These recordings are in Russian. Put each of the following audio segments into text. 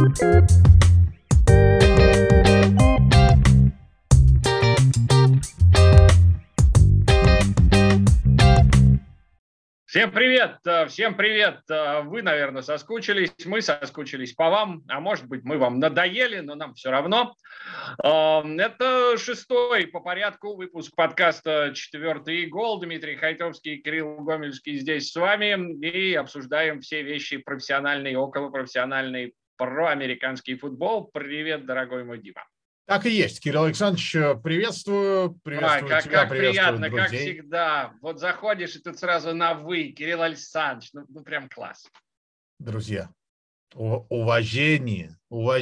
Всем привет, всем привет. Вы, наверное, соскучились, мы соскучились по вам, а может быть, мы вам надоели, но нам все равно. Это шестой по порядку выпуск подкаста «Четвертый гол». Дмитрий Хайтовский, Кирилл Гомельский здесь с вами и обсуждаем все вещи профессиональный, околопрофессиональный, проамериканский футбол. Привет, дорогой мой Дима. Так и есть. Кирилл Александрович, приветствую тебя, как приветствую приятно, друзей. как всегда. Вот заходишь, и тут сразу на «вы», Кирилл Александрович, ну прям класс. Друзья, уважение.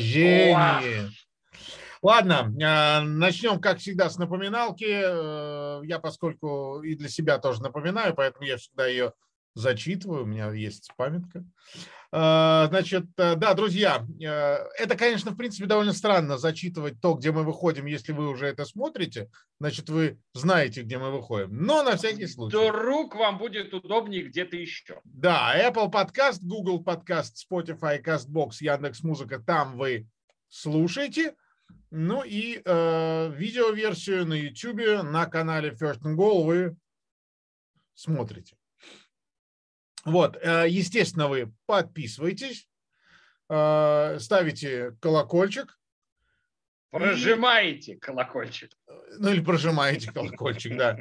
Ладно, начнем, как всегда, с напоминалки. Я, поскольку и для себя тоже напоминаю, поэтому я всегда ее зачитываю, у меня есть памятка. Значит, да, друзья, это, конечно, в принципе, довольно странно зачитывать то, где мы выходим, если вы уже это смотрите, значит, вы знаете, где мы выходим, но на всякий случай. Вдруг вам будет удобнее где-то еще. Да, Apple Podcast, Google Podcast, Spotify, CastBox, Яндекс.Музыка, там вы слушаете, ну и видеоверсию на YouTube на канале First and Goal вы смотрите. Вот, естественно, вы подписываетесь, ставите колокольчик. Прожимаете колокольчик. Ну или прожимаете колокольчик, да.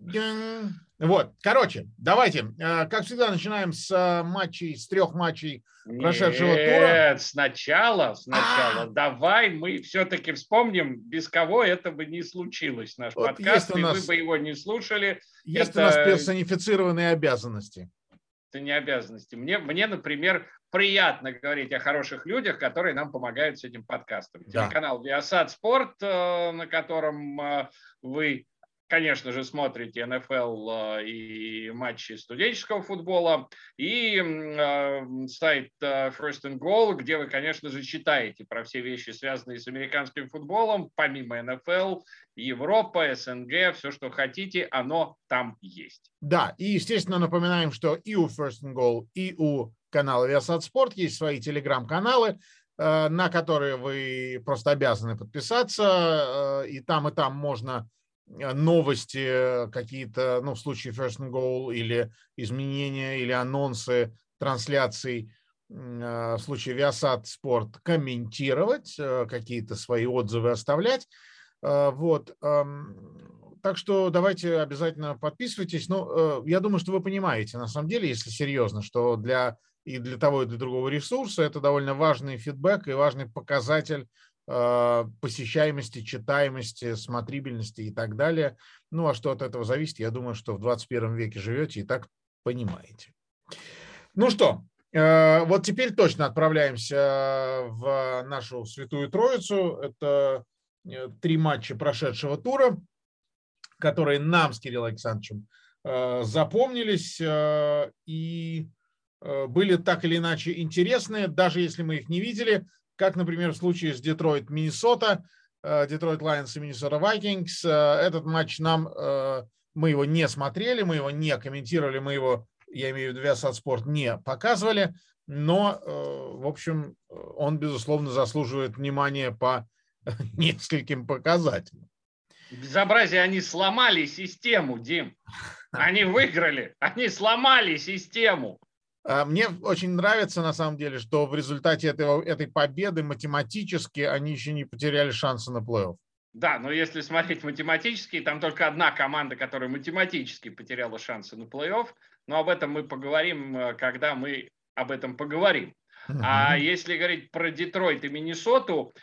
Вот, короче, давайте, как всегда, начинаем с матчей, с 3 матчей прошедшего тура. Нет, сначала, давай мы все-таки вспомним, без кого это бы не случилось, наш вот подкаст, и вы бы его не слушали. Есть у нас персонифицированные обязанности. Это не обязанности. Мне, например, приятно говорить о хороших людях, которые нам помогают с этим подкастом. Да. Телеканал Viasat Sport, на котором вы, конечно же, смотрите НФЛ и матчи студенческого футбола, и сайт First and Goal, где вы, конечно же, читаете про все вещи, связанные с американским футболом, помимо НФЛ, Европа, СНГ, все, что хотите, оно там есть. Да, и, естественно, напоминаем, что и у First and Goal, и у канала Viasat Sport есть свои телеграм-каналы, на которые вы просто обязаны подписаться, и там можно новости какие-то, ну, в случае First and Goal, или изменения, или анонсы трансляций, в случае Viasat Sport комментировать, какие-то свои отзывы оставлять. Вот. Так что давайте обязательно подписывайтесь. Ну, я думаю, что вы понимаете, на самом деле, если серьезно, что для того, и для другого ресурса это довольно важный фидбэк и важный показатель посещаемости, читаемости, смотрибельности и так далее. Ну, а что от этого зависит, я думаю, что в 21 веке живете и так понимаете. Ну что, вот теперь точно отправляемся в нашу Святую Троицу. Это 3 матча прошедшего тура, которые нам с Кириллом Александровичем запомнились и были так или иначе интересные, даже если мы их не видели, как, например, в случае с Детройт-Миннесота, Детройт Лайонс и Миннесота Вайкингс. Этот матч мы его не смотрели, мы его не комментировали, мы его, я имею в виду Viasat Sport, не показывали, но, в общем, он, безусловно, заслуживает внимания по нескольким показателям. Безобразие, они сломали систему, Дим. Они выиграли, они сломали систему. Мне очень нравится, на самом деле, что в результате этой победы математически они еще не потеряли шансы на плей-офф. Да, но если смотреть математически, там только одна команда, которая математически потеряла шансы на плей-офф, но об этом мы поговорим, когда мы об этом поговорим. А если говорить про Детройт и Миннесоту,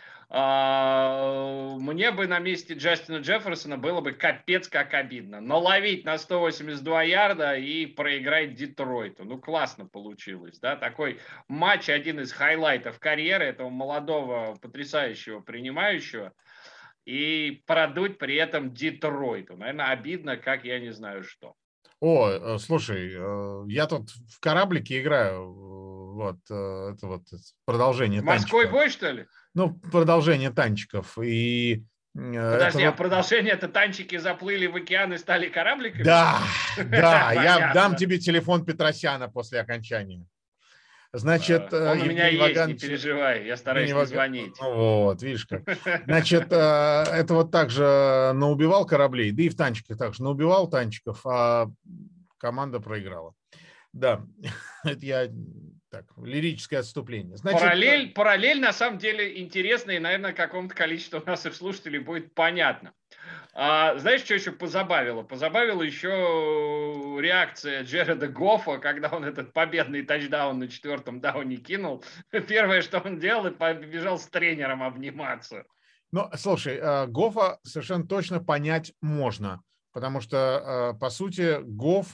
мне бы на месте Джастина Джефферсона было бы капец как обидно. Но ловить на 182 ярда и проиграть Детройту. Ну, классно получилось, да? Такой матч, один из хайлайтов карьеры этого молодого, потрясающего принимающего. И продуть при этом Детройту. Наверное, обидно, как я не знаю что. О, слушай, я тут в кораблике играю. Вот, это вот продолжение танчиков. Морской бой, что ли? Ну, продолжение танчиков. И подожди, а продолжение это танчики заплыли в океан и стали корабликами? Да, я дам тебе телефон Петросяна после окончания. Значит, Он у меня Евгений есть, не Ваганович, переживай, я стараюсь не звонить. Ну, вот, видишь как. Значит, это вот так же наубивал кораблей, да и в танчиках также наубивал танчиков, а команда проиграла. Да, это я так, лирическое отступление. Значит, Параллель на самом деле интересная, и, наверное, какому-то количеству наших слушателей будет понятно. Знаешь, что еще позабавило? Позабавила еще реакция Джареда Гоффа, когда он этот победный тачдаун на 4-м дауне кинул. Первое, что он делал, и побежал с тренером обниматься. Ну, слушай, Гоффа совершенно точно понять можно, потому что, по сути, Гофф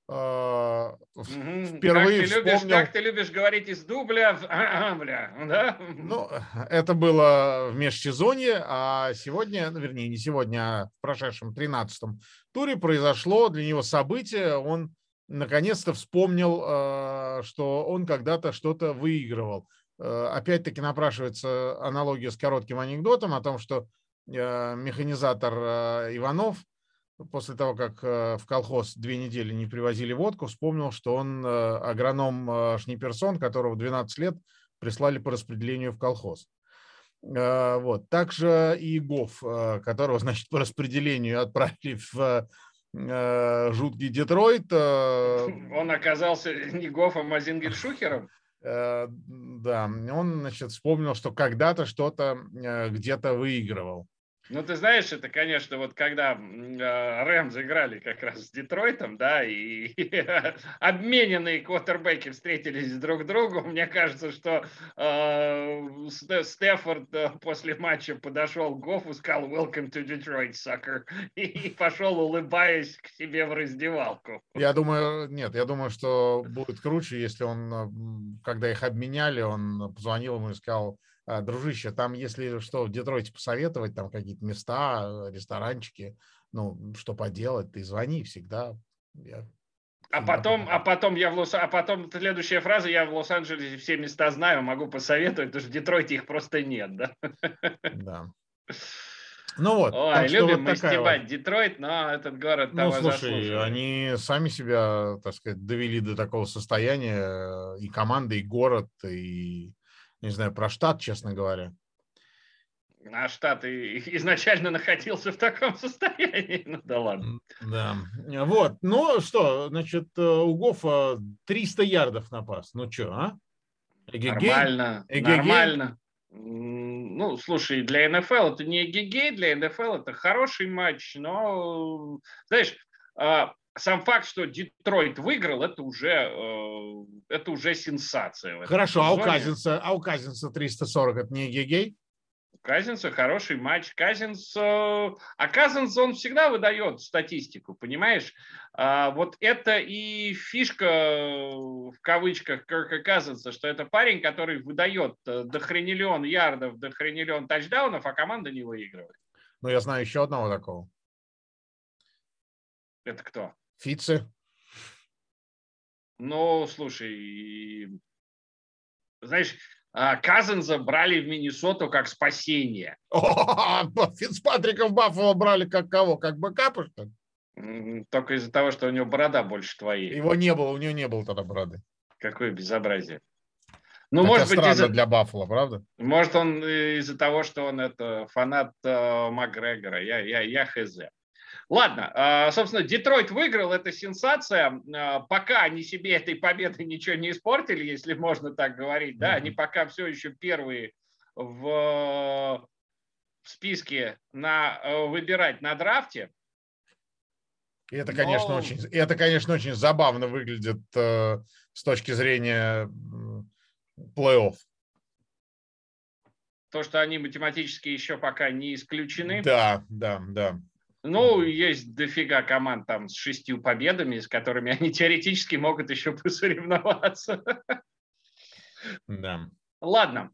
впервые вспомнил... Как ты любишь говорить из дубля в да? Ну, это было в межсезонье, а сегодня, вернее, не сегодня, а в прошедшем 13-м туре произошло для него событие. Он наконец-то вспомнил, что он когда-то что-то выигрывал. Опять-таки напрашивается аналогия с коротким анекдотом о том, что механизатор Иванов после того, как в колхоз 2 недели не привозили водку, вспомнил, что он агроном Шниперсон, которого в 12 лет прислали по распределению в колхоз. Вот. Также и Гофф, которого, значит, по распределению отправили в жуткий Детройт. Он оказался не Гоффом, а Зингершухером? Да, он, значит, вспомнил, что когда-то что-то где-то выигрывал. Ну, ты знаешь, это, конечно, вот когда Рэмс играли как раз с Детройтом, да, и обмененные квотербеки встретились друг к другу, мне кажется, что Стефорд после матча подошел к Гоффу, сказал «Welcome to Detroit, sucker», и пошел, улыбаясь, к себе в раздевалку. Я думаю, нет, я думаю, что будет круче, если он, когда их обменяли, он позвонил ему и сказал: дружище, там, если что, в Детройте посоветовать, там какие-то места, ресторанчики, ну, что поделать, ты звони всегда. Потом следующая фраза: я в Лос-Анджелесе все места знаю, могу посоветовать, потому что в Детройте их просто нет, да? Да. Ну вот, ой, так что любим вот мы такая стебать вот. Детройт, но этот город Ну, того слушай, заслуживает. они сами себя, так сказать, довели до такого состояния, и команда, и город, и, не знаю, про штат, честно говоря. А штат изначально находился в таком состоянии. Ну да ладно. Да. Вот. Ну что, значит, у Гофа 300 ярдов на пас. Ну что, а? Эгегей? Нормально, Эгегей? нормально. Ну, слушай, для НФЛ это не эгегей, для НФЛ это хороший матч, но, знаешь, сам факт, что Детройт выиграл, это уже сенсация в этом Хорошо, сезоне. а у Казинца 340 это не эгегей? Казинца хороший матч. Казинц, он всегда выдает статистику, понимаешь? Вот это и фишка, в кавычках, Кирка Казинца, что это парень, который выдает дохрениллион ярдов, дохрениллион тачдаунов, а команда не выигрывает. Ну, я знаю еще одного такого. Это кто? Фитце. Ну, слушай, знаешь, Казинца брали в Миннесоту как спасение. Фицпатрика в Баффало брали как кого? Как бэкапа, что ли? Только из-за того, что у него борода больше твоей. Его не было, у него не было тогда бороды. Какое безобразие. Ну, Хотя может быть, странно для Баффало, правда? Может, он из-за того, что он это фанат Макгрегора. Я хз. Ладно, собственно, Детройт выиграл, это сенсация. Пока они себе этой победой ничего не испортили, если можно так говорить. Да, они пока все еще первые в списке выбирать на драфте. И это, конечно, очень забавно выглядит с точки зрения плей-офф. То, что они математически еще пока не исключены. Да. Ну, есть дофига команд там с 6 победами, с которыми они теоретически могут еще посоревноваться. Да. Ладно.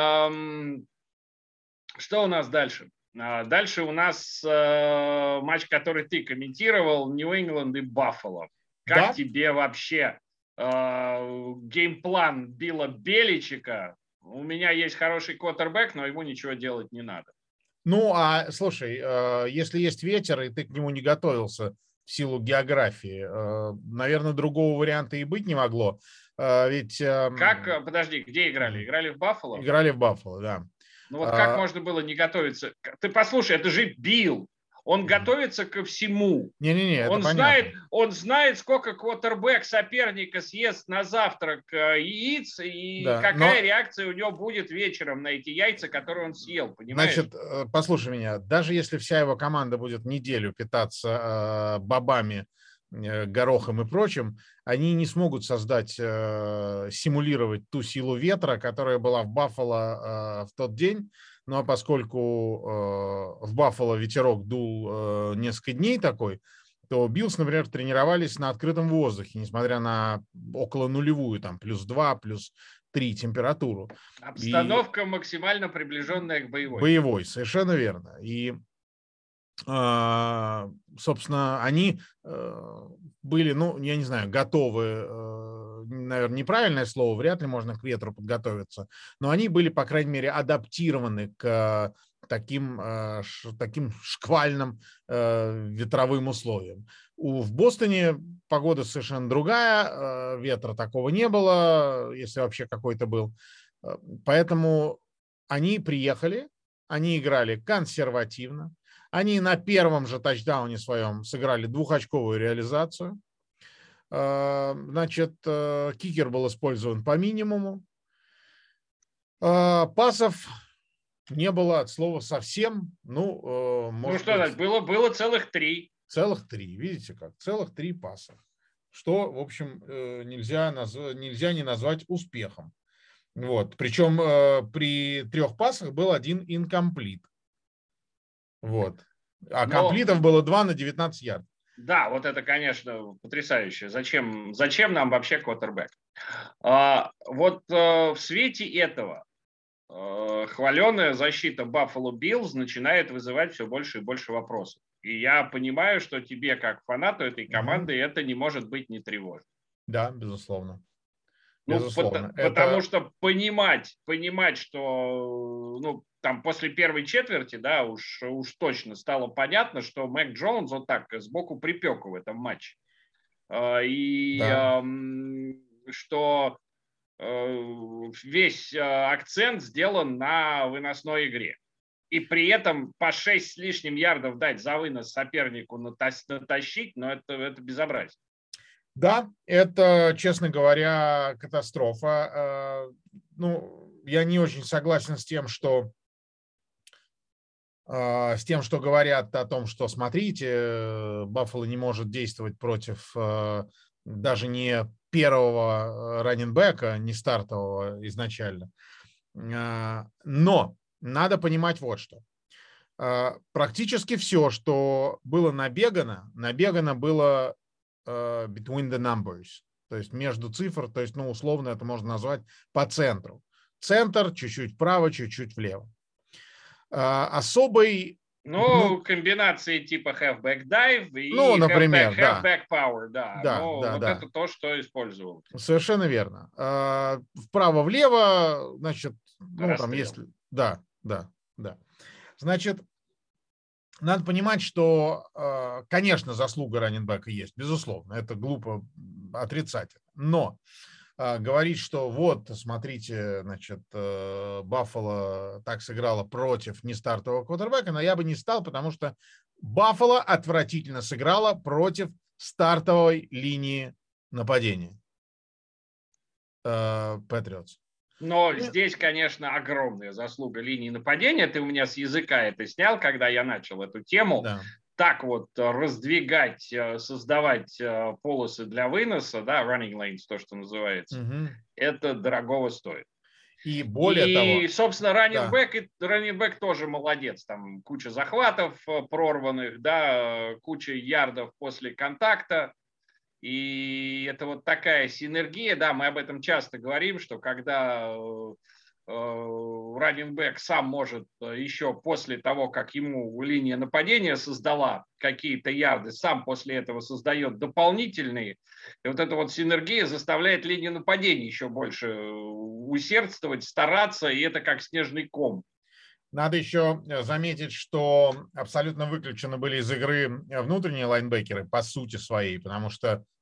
Что у нас дальше? Дальше у нас матч, который ты комментировал, Нью-Ингланд и Баффало. Как тебе вообще геймплан Билла Беличика? У меня есть хороший квотербек, но ему ничего делать не надо. Ну, а слушай, если есть ветер, и ты к нему не готовился в силу географии, наверное, другого варианта и быть не могло. Ведь... Подожди, где играли? Играли в Баффало? Играли в Баффало, да. Ну вот как можно было не готовиться? Ты послушай, это же Билл. Он готовится ко всему. Не-не-не, это понятно. Он знает, сколько квотербек соперника съест на завтрак яиц, и да, какая реакция у него будет вечером на эти яйца, которые он съел, понимаешь? Значит, послушай меня, даже если вся его команда будет неделю питаться бобами, горохом и прочим, они не смогут симулировать ту силу ветра, которая была в Баффало в тот день. Ну, а поскольку в Баффало ветерок дул несколько дней такой, то Биллс, например, тренировались на открытом воздухе, несмотря на около нулевую, там, +2, +3 температуру. Обстановка максимально приближенная к боевой. Боевой, совершенно верно. И, собственно, они были, ну, я не знаю, готовы, наверное, неправильное слово, вряд ли можно к ветру подготовиться, но они были, по крайней мере, адаптированы к таким шквальным ветровым условиям. В Бостоне погода совершенно другая, ветра такого не было, если вообще какой-то был. Поэтому они приехали, они играли консервативно, они на первом же тачдауне своем сыграли двухочковую реализацию. Значит, кикер был использован по минимуму. Пасов не было от слова совсем. Ну, может быть, было целых 3. Целых 3, видите как? Целых 3 паса. Что, в общем, нельзя не назвать успехом. Вот. Причем при 3 пасах был 1 incomplete. Вот. А комплитов было 2 на 19 ярдов. Да, вот это, конечно, потрясающе. Зачем нам вообще квотербек? Вот в свете этого хваленая защита Buffalo Bills начинает вызывать все больше и больше вопросов. И я понимаю, что тебе, как фанату этой команды, это не может быть не тревожно. Да, безусловно. Потому что понимать, что там после первой четверти, да, уж точно стало понятно, что Мэг Джонс вот так сбоку припек в этом матче. Что весь акцент сделан на выносной игре. И при этом по 6 с лишним ярдов дать за вынос сопернику натащить, но это безобразие. Да, это, честно говоря, катастрофа. Ну, я не очень согласен с тем, что говорят о том, что, смотрите, Баффало не может действовать против даже не первого раннинбека, не стартового изначально. Но надо понимать вот что. Практически все, что было набегано было between the numbers, то есть между цифр, то есть, ну, условно это можно назвать по центру. Центр, чуть-чуть вправо, чуть-чуть влево. Особый... комбинации типа halfback dive и например, halfback power, да. Да. Это то, что использовал. Совершенно верно. Вправо-влево, значит, там есть... Да. Значит, надо понимать, что, конечно, заслуга раннинбека есть, безусловно, это глупо отрицать. Но говорить, что вот, смотрите, значит, Баффало так сыграла против нестартового квотербека, но я бы не стал, потому что Баффало отвратительно сыграла против стартовой линии нападения Патриотс. Но здесь, конечно, огромная заслуга линии нападения. Ты у меня с языка это снял, когда я начал эту тему. Да. Так вот раздвигать, создавать полосы для выноса, да, running lanes, то, что называется, это дорогого стоит. И более того... И, собственно, раннинбэк тоже молодец. Там куча захватов прорванных, да, куча ярдов после контакта. И это вот такая синергия, да, мы об этом часто говорим, что когда раннинбэк сам может еще после того, как ему линия нападения создала какие-то ярды, сам после этого создает дополнительные, и вот эта вот синергия заставляет линию нападения еще больше усердствовать, стараться, и это как снежный ком. Надо еще заметить, что абсолютно выключены были из игры внутренние лайнбекеры по сути своей, потому что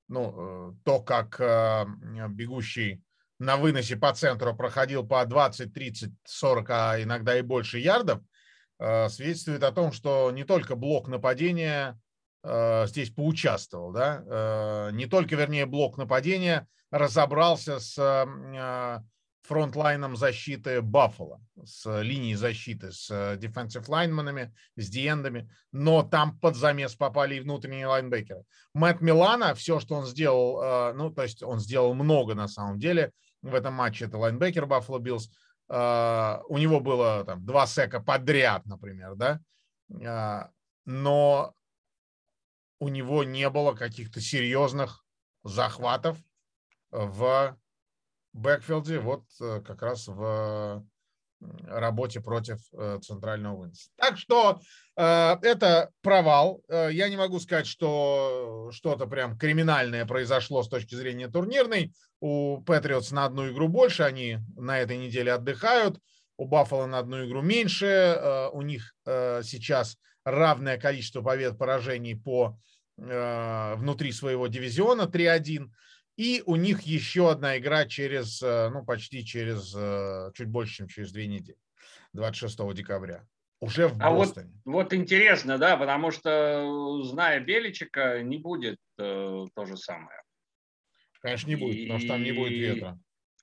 то, как бегущий на выносе по центру проходил по 20, 30, 40, а иногда и больше ярдов, свидетельствует о том, что не только блок нападения здесь поучаствовал, да, не только, вернее, блок нападения разобрался с фронтлайном защиты Баффало, с линией защиты, с defensive лайнменами, с диэндами, но там под замес попали и внутренние лайнбекеры. Мэтт Милана, все, что он сделал, то есть он сделал много на самом деле в этом матче, это лайнбекер Buffalo Bills, у него было там 2 сека подряд, например, да, но у него не было каких-то серьезных захватов в бэкфилде, вот как раз в работе против центрального выноса. Так что это провал. Я не могу сказать, что что-то прям криминальное произошло с точки зрения турнирной. У Патриотс на одну игру больше, они на этой неделе отдыхают. У Баффало на одну игру меньше. У них сейчас равное количество побед, поражений по внутри своего дивизиона 3-1. И у них еще одна игра через, почти через, чуть больше, чем через 2 недели, 26 декабря, уже в Бостоне. Вот интересно, да, потому что, зная Беличика, не будет то же самое. Конечно, не будет, потому что там не будет ветра.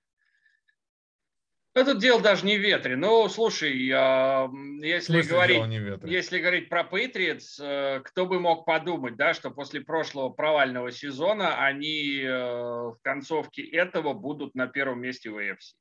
Это дело даже не в ветре. Ну, слушай, если говорить про Patriots, кто бы мог подумать, да, что после прошлого провального сезона они в концовке этого будут на первом месте в AFC.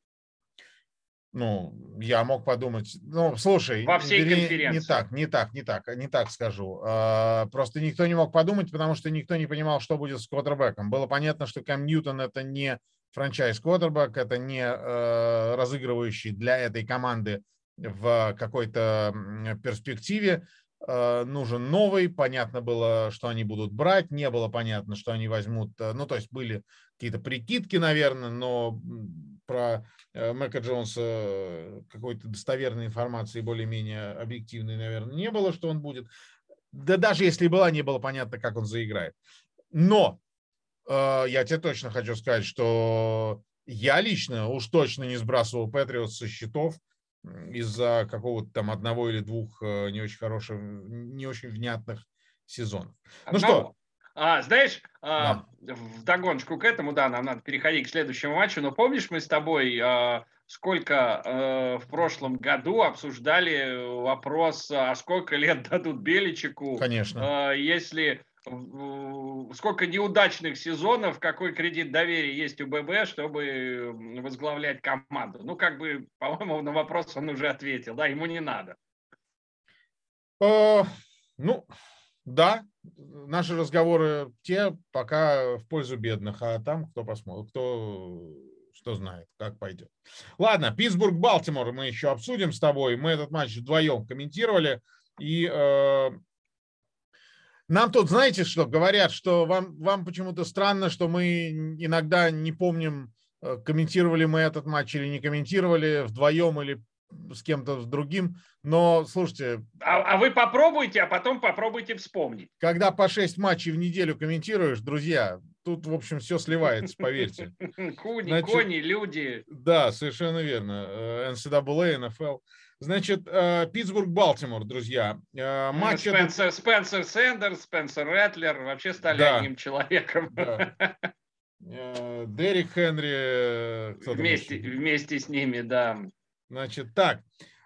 Я мог подумать, слушай, во всей конференции. Не так скажу. Просто никто не мог подумать, потому что никто не понимал, что будет с квотербеком. Было понятно, что Кэм Ньютон это не франчайз-квотербек, это не разыгрывающий для этой команды в какой-то перспективе. Нужен новый, понятно было, что они будут брать, не было понятно, что они возьмут, то есть были какие-то прикидки, наверное, но про Мэка Джонса какой-то достоверной информации более-менее объективной, наверное, не было, что он будет. Да даже если была, не было понятно, как он заиграет. Но я тебе точно хочу сказать, что я лично уж точно не сбрасывал Патриотс со счетов из-за какого-то там одного или двух не очень хороших, не очень внятных сезонов. Одного. Знаешь, вдогоночку к этому, да, нам надо переходить к следующему матчу, но помнишь, мы с тобой сколько в прошлом году обсуждали вопрос, а сколько лет дадут Беличику, конечно, если сколько неудачных сезонов, какой кредит доверия есть у ББ, чтобы возглавлять команду. По-моему, на вопрос он уже ответил, да, ему не надо. Да, наши разговоры те пока в пользу бедных, а там кто посмотрит, что знает, как пойдет. Ладно, Питтсбург-Балтимор мы еще обсудим с тобой. Мы этот матч вдвоем комментировали. И нам тут, знаете что, говорят, что вам почему-то странно, что мы иногда не помним, комментировали мы этот матч или не комментировали, вдвоем или с кем-то другим, но, слушайте... А вы попробуйте, а потом попробуйте вспомнить. Когда по 6 матчей в неделю комментируешь, друзья, тут, в общем, все сливается, поверьте. Кони, люди. Да, совершенно верно. NCAA, NFL. Значит, Питтсбург-Балтимор, друзья. Матч Спенсер Сэндерс, Спенсер Рэтлер вообще стали одним человеком. Да. Дерек Хенри. Вместе с ними, да. Значит, так.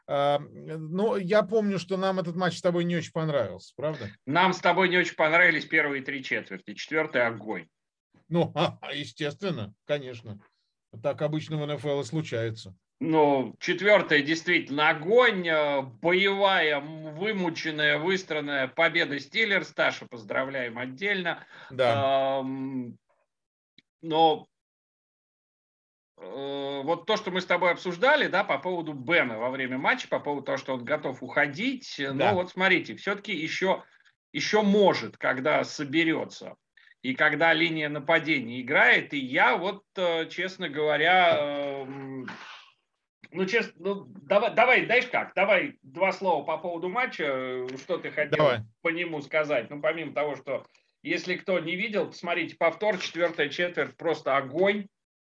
Я помню, что нам этот матч с тобой не очень понравился, правда? Нам с тобой не очень понравились первые 3 четверти. 4-й огонь. Естественно, конечно. Так обычно в НФЛ и случается. 4-я действительно огонь. Боевая, вымученная, выстроенная победа Стиллерс. Таша, поздравляем отдельно. Да. Но вот то, что мы с тобой обсуждали, да, по поводу Бена во время матча, по поводу того, что он готов уходить. Да. Вот смотрите, все-таки еще может, когда соберется. И когда линия нападения играет, и я честно говоря, давай, знаешь как, давай 2 слова по поводу матча, что ты хотел по нему сказать. Помимо того, что Если кто не видел, посмотрите повтор, 4-я четверть, просто огонь.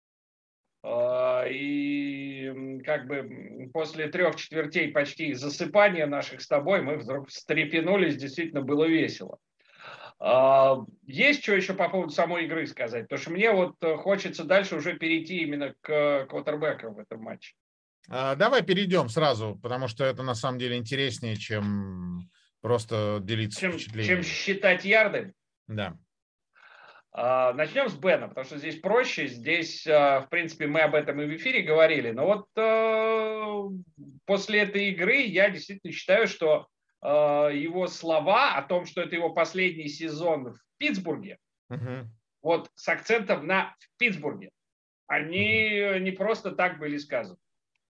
И как бы после 3 четвертей почти засыпания наших с тобой мы вдруг встрепенулись, действительно было весело. Есть что еще по поводу самой игры сказать? Потому что мне вот хочется дальше уже перейти именно к квотербекам в этом матче. Давай перейдем сразу, потому что это на самом деле интереснее, чем просто делиться впечатлениями. Чем считать ярды? Да. Начнем с Бена, потому что здесь проще. Здесь, в принципе, мы об этом и в эфире говорили. Но вот после этой игры я действительно считаю, что его слова о том, что это его последний сезон в Питтсбурге, вот с акцентом на в Питтсбурге, они не просто так были сказаны.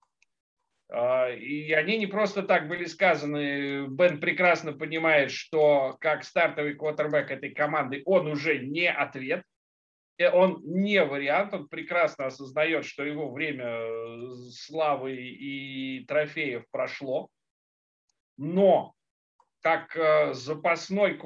И они не просто так были сказаны. Бен прекрасно понимает, что как стартовый квотербек этой команды он уже не ответ, он не вариант, он прекрасно осознает, что его время славы и трофеев прошло, но как запасной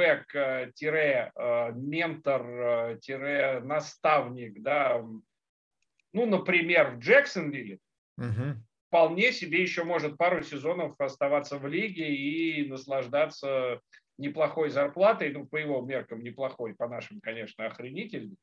квотербек-ментор, наставник, да, ну, например, в Джексонвилле, вполне себе еще может пару сезонов оставаться в лиге и наслаждаться неплохой зарплатой, ну, по его меркам неплохой, по нашим, конечно, охренительный.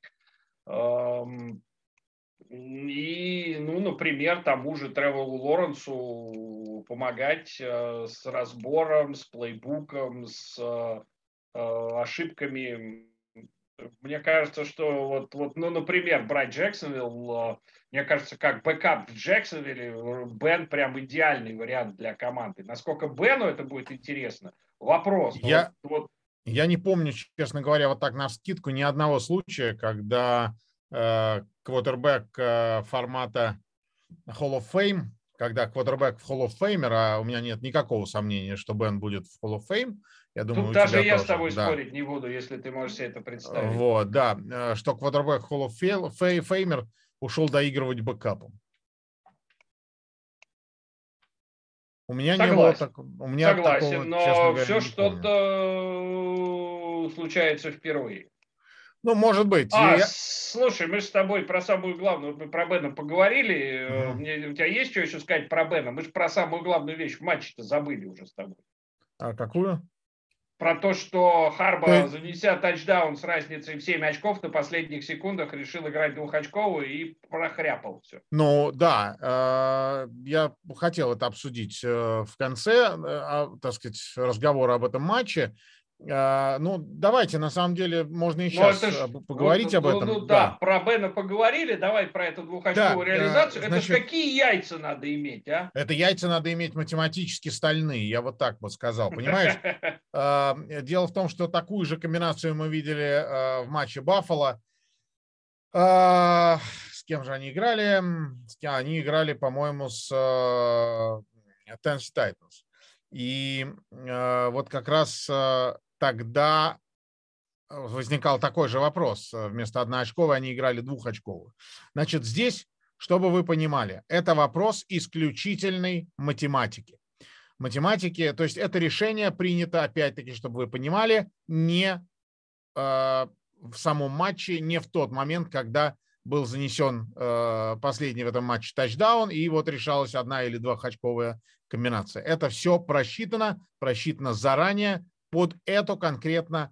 И, ну, например, тому же Тревелу Лоренсу помогать с разбором, с плейбуком, с ошибками. Мне кажется, что вот, ну, например, брать Джексонвилл, мне кажется, как бэкап в Джексонвилле, Бен прям идеальный вариант для команды. Насколько Бену это будет интересно, вопрос. Я не помню, честно говоря, вот так навскидку ни одного случая, когда квотербек формата Hall of Fame, когда квотербек в Hall of Famer, а у меня нет никакого сомнения, что Бен будет в Hall of Fame. Я думаю, тут у даже тебя я тоже. с тобой спорить не буду, если ты можешь себе это представить. Вот, да, что квотербек Hall of Famer ушел доигрывать бэкапом. У меня Согласен. не было такого. У меня Согласен, такого, но честно говоря, все не помню. что-то случается впервые. Ну, может быть. Слушай, мы же с тобой про самую главную, мы про Бена поговорили. У тебя есть что еще сказать про Бена? Мы же про самую главную вещь в матче-то забыли уже с тобой. А какую? Про то, что Харбо, занеся тачдаун с разницей в 7 очков, на последних секундах решил играть двухочковую и прохряпал все. Ну, да, я хотел это обсудить в конце, так сказать, разговора об этом матче. Ну, давайте, на самом деле, можно и сейчас поговорить об этом. Ну да, про Бена поговорили, давай про эту двухочковую реализацию. Значит, это ж какие яйца надо иметь, а? Это яйца надо иметь математически стальные, я вот так вот сказал, понимаешь? Дело в том, что такую же комбинацию мы видели в матче Баффало. С кем же они играли? Они играли, по-моему, с Tennessee Titans. И вот как раз тогда возникал такой же вопрос. Вместо одноочковой они играли двухочковую. Значит, здесь, чтобы вы понимали, это вопрос исключительной математики. Математики, то есть это решение принято, опять-таки, чтобы вы понимали, не в самом матче, не в тот момент, когда был занесен последний в этом матче тачдаун, и вот решалась одна или двухочковая комбинация. Это все просчитано заранее под этого конкретно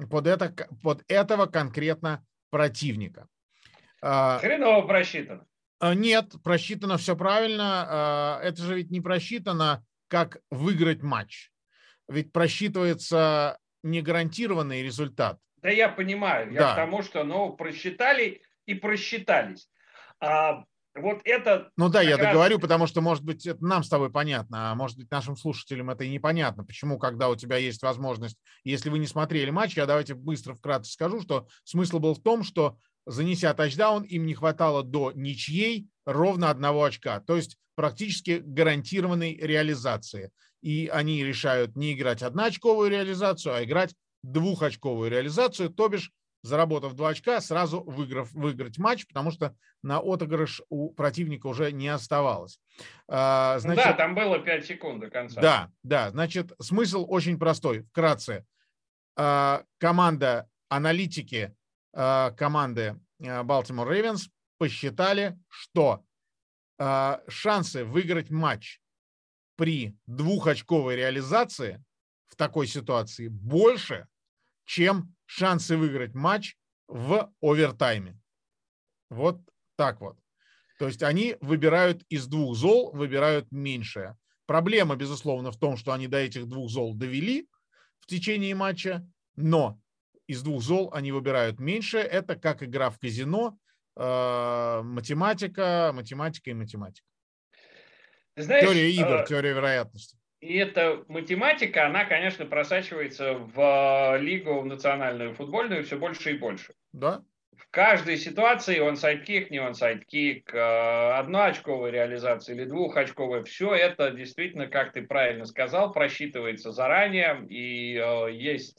противника. Хреново просчитано. Нет, просчитано все правильно. Это же ведь не просчитано, как выиграть матч. Ведь просчитывается не гарантированный результат. Да, я понимаю. Я к тому, что просчитали и просчитались. Вот это... Ну да, я договорю, потому что, может быть, это нам с тобой понятно, а может быть, нашим слушателям это и непонятно. Почему, когда у тебя есть возможность, если вы не смотрели матч, я давайте быстро вкратце скажу, что смысл был в том, что, занеся тачдаун, им не хватало до ничьей ровно 1 очка, то есть практически гарантированной реализации. И они решают не играть одноочковую реализацию, а играть двухочковую реализацию, то бишь, заработав 2 очка, сразу выиграть матч, потому что на отыгрыш у противника уже не оставалось. Значит, да, там было 5 секунд до конца. Да, значит, смысл очень простой, вкратце. команда аналитики команды Baltimore Ravens посчитали, что шансы выиграть матч при двухочковой реализации в такой ситуации больше, чем шансы выиграть матч в овертайме. Вот так вот. То есть они выбирают из двух зол, выбирают меньшее. Проблема, безусловно, в том, что они до этих двух зол довели в течение матча, но из двух зол они выбирают меньшее. Это как игра в казино, математика и математика. Ты знаешь, теория игр, теория вероятности. И эта математика, она, конечно, просачивается в лигу, в национальную футбольную все больше и больше. Да. В каждой ситуации онсайд-кик, не онсайд-кик, одноочковая реализация или двухочковая, все это действительно, как ты правильно сказал, просчитывается заранее. И есть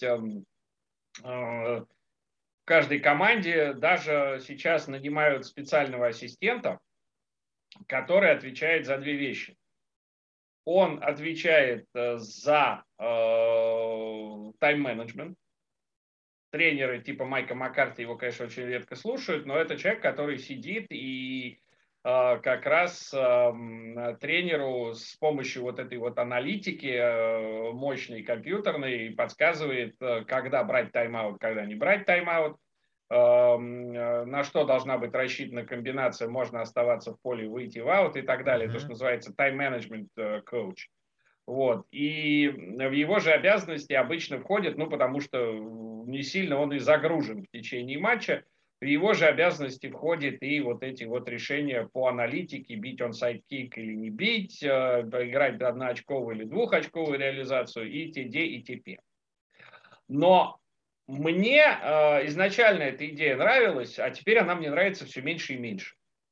в каждой команде даже сейчас нанимают специального ассистента, который отвечает за две вещи. Он отвечает за тайм-менеджмент. Тренеры типа Майка Маккарти его, конечно, очень редко слушают, но это человек, который сидит и как раз тренеру с помощью вот этой вот аналитики мощной компьютерной подсказывает, когда брать тайм-аут, когда не брать тайм-аут, на что должна быть рассчитана комбинация, можно оставаться в поле, выйти в аут и так далее. То, что называется time-management coach. Вот. И в его же обязанности обычно входит, ну, потому что не сильно он и загружен в течение матча, в его же обязанности входит и вот эти вот решения по аналитике, бить онсайд-кик или не бить, играть одноочковую или двухочковую реализацию и т.д. и т.п. Но мне изначально эта идея нравилась, а теперь она мне нравится все меньше и меньше.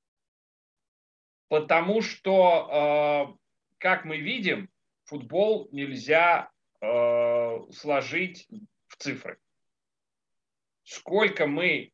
Потому что, как мы видим, футбол нельзя сложить в цифры. Сколько мы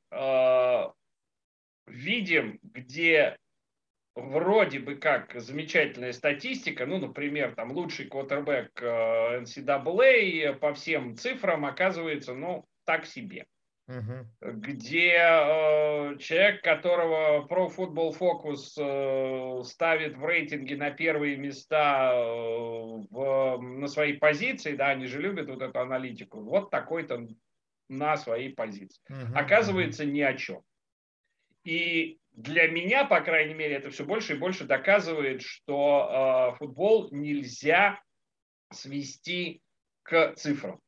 видим, где вроде бы как замечательная статистика, ну, например, там лучший квотербек NCAA по всем цифрам оказывается, ну, так себе. Где человек, которого Pro Football Focus ставит в рейтинге на первые места на своей позиции, да, они же любят вот эту аналитику, вот такой-то на своей позиции. Оказывается, ни о чем. И для меня, по крайней мере, это все больше и больше доказывает, что футбол нельзя свести к цифрам.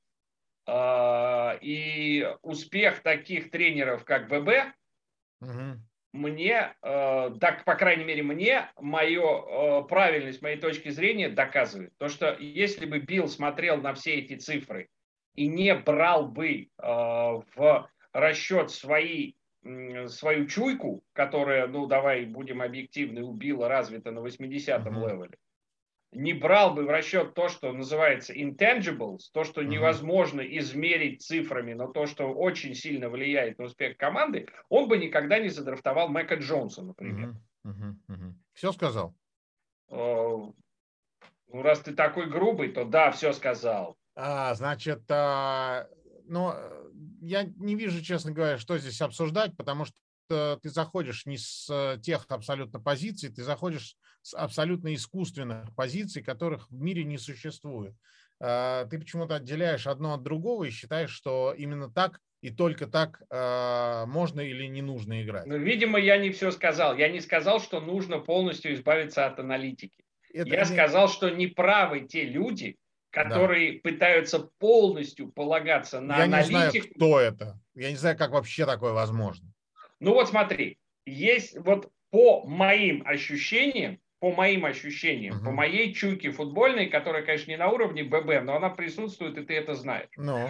И успех таких тренеров, как ББ, мне, так, по крайней мере, мне, правильность моей точки зрения доказывает. То, что если бы Билл смотрел на все эти цифры и не брал бы в расчет свою чуйку, которая, ну, давай будем объективны, у Билла развита на 80-м левеле, не брал бы в расчет то, что называется intangibles, то, что невозможно измерить цифрами, но то, что очень сильно влияет на успех команды, он бы никогда не задрафтовал Мэка Джонса, например. Все сказал? Ну, раз ты такой грубый, то да, все сказал. Значит, ну, я не вижу, честно говоря, что здесь обсуждать, потому что ты заходишь не с тех абсолютно позиций, ты заходишь с абсолютно искусственных позиций, которых в мире не существует. Ты почему-то отделяешь одно от другого и считаешь, что именно так и только так можно или не нужно играть. Ну, видимо, я не все сказал. Я не сказал, что нужно полностью избавиться от аналитики. Я сказал, что неправы те люди, которые пытаются полностью полагаться на аналитику. Я не знаю, кто это. Я не знаю, как вообще такое возможно. Ну вот смотри, есть вот по моим ощущениям, по моей чуйке футбольной, которая, конечно, не на уровне ББ, но она присутствует, и ты это знаешь.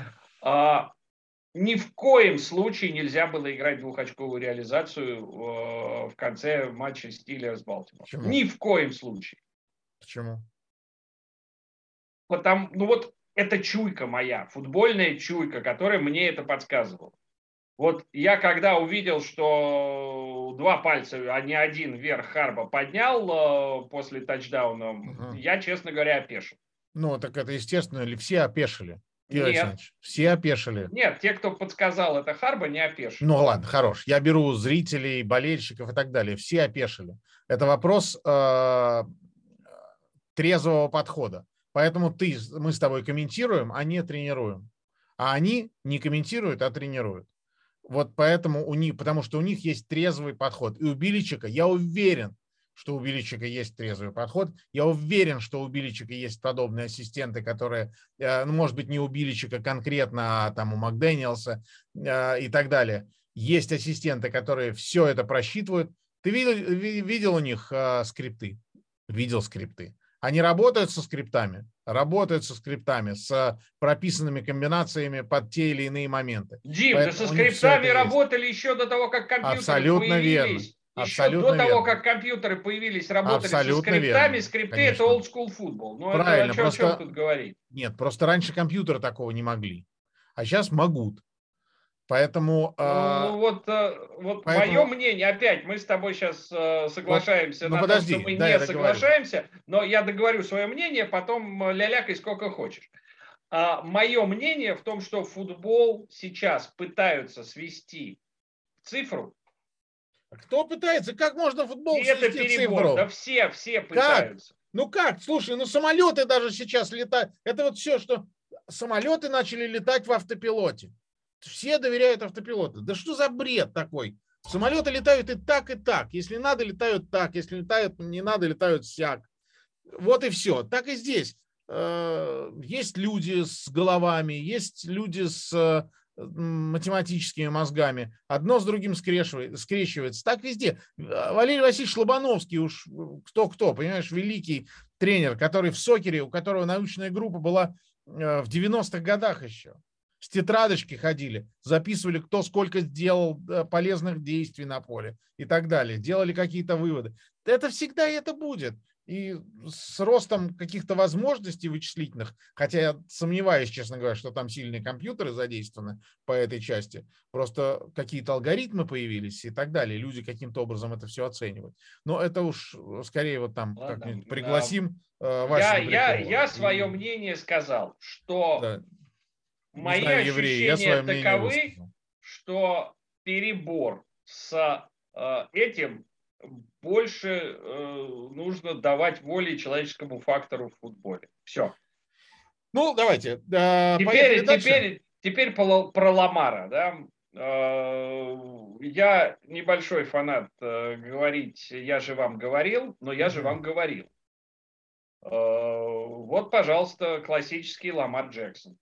Ни в коем случае нельзя было играть двухочковую реализацию в конце матча Стиллерс с Балтимор. Ни в коем случае. Почему? Ну вот это чуйка моя, футбольная чуйка, которая мне это подсказывала. Вот я когда увидел, что два пальца, а не один вверх Харба поднял после тачдауна, я, честно говоря, опешил. Ну, так это естественно, ли все опешили? Георгий Александрович, все опешили. Нет, те, кто подсказал это Харба, не опешили. Ну ладно, хорош. Я беру зрителей, болельщиков и так далее. Все опешили. Это вопрос трезвого подхода. Поэтому мы с тобой комментируем, а не тренируем. А они не комментируют, а тренируют. Вот поэтому потому что у них есть трезвый подход. И у Биличика, я уверен, что у Биличика есть трезвый подход. Я уверен, что у Биличика есть подобные ассистенты, которые, ну, может быть, не у Биличика конкретно, а там у Макдэниелса и так далее. Есть ассистенты, которые все это просчитывают. Ты видел у них скрипты? Видел скрипты. Они работают со скриптами, с прописанными комбинациями под те или иные моменты. Дим, да со скриптами работали еще до того, как компьютеры абсолютно появились. Верно. Еще до того, как компьютеры появились, работали со скриптами. Верно. Скрипты Конечно. это old school футбол. Ну, правильно, это о чем тут говорить? Нет, просто раньше компьютеры такого не могли. А сейчас могут. Поэтому... Вот мое мнение, опять, мы с тобой сейчас соглашаемся на том, что мы не соглашаемся, но я договорю свое мнение, потом лялякай сколько хочешь. Мое мнение в том, что футбол сейчас пытаются свести в цифру. Кто пытается? Как можно футбол свести это перебор, цифру? Да все пытаются. Как? Ну как? Слушай, ну самолеты даже сейчас летают. Это вот все, что самолеты начали летать в автопилоте. Все доверяют автопилоту. Да что за бред такой? Самолеты летают и так, и так. Если надо, летают так. Если летают, не надо, летают сяк. Вот и все. Так и здесь. Есть люди с головами, есть люди с математическими мозгами. Одно с другим скрещивается. Так везде. Валерий Васильевич Лобановский, уж кто, понимаешь, великий тренер, который в сокере, у которого научная группа была в 90-х годах еще. С тетрадочки ходили, записывали, кто сколько сделал полезных действий на поле и так далее. Делали какие-то выводы. Это всегда и это будет. И с ростом каких-то возможностей вычислительных, хотя я сомневаюсь, честно говоря, что там сильные компьютеры задействованы по этой части, просто какие-то алгоритмы появились и так далее. Люди каким-то образом это все оценивают. Но это уж скорее вот там как-нибудь пригласим Васю Добрякова. Я свое мнение сказал, что... Да. Мои ощущения таковы, что перебор с этим больше нужно давать воли человеческому фактору в футболе. Все. Ну, давайте. Теперь про Ламара. Да? Я небольшой фанат говорить, я же вам говорил, но я же вам говорил. Вот, пожалуйста, классический Ламар Джексон.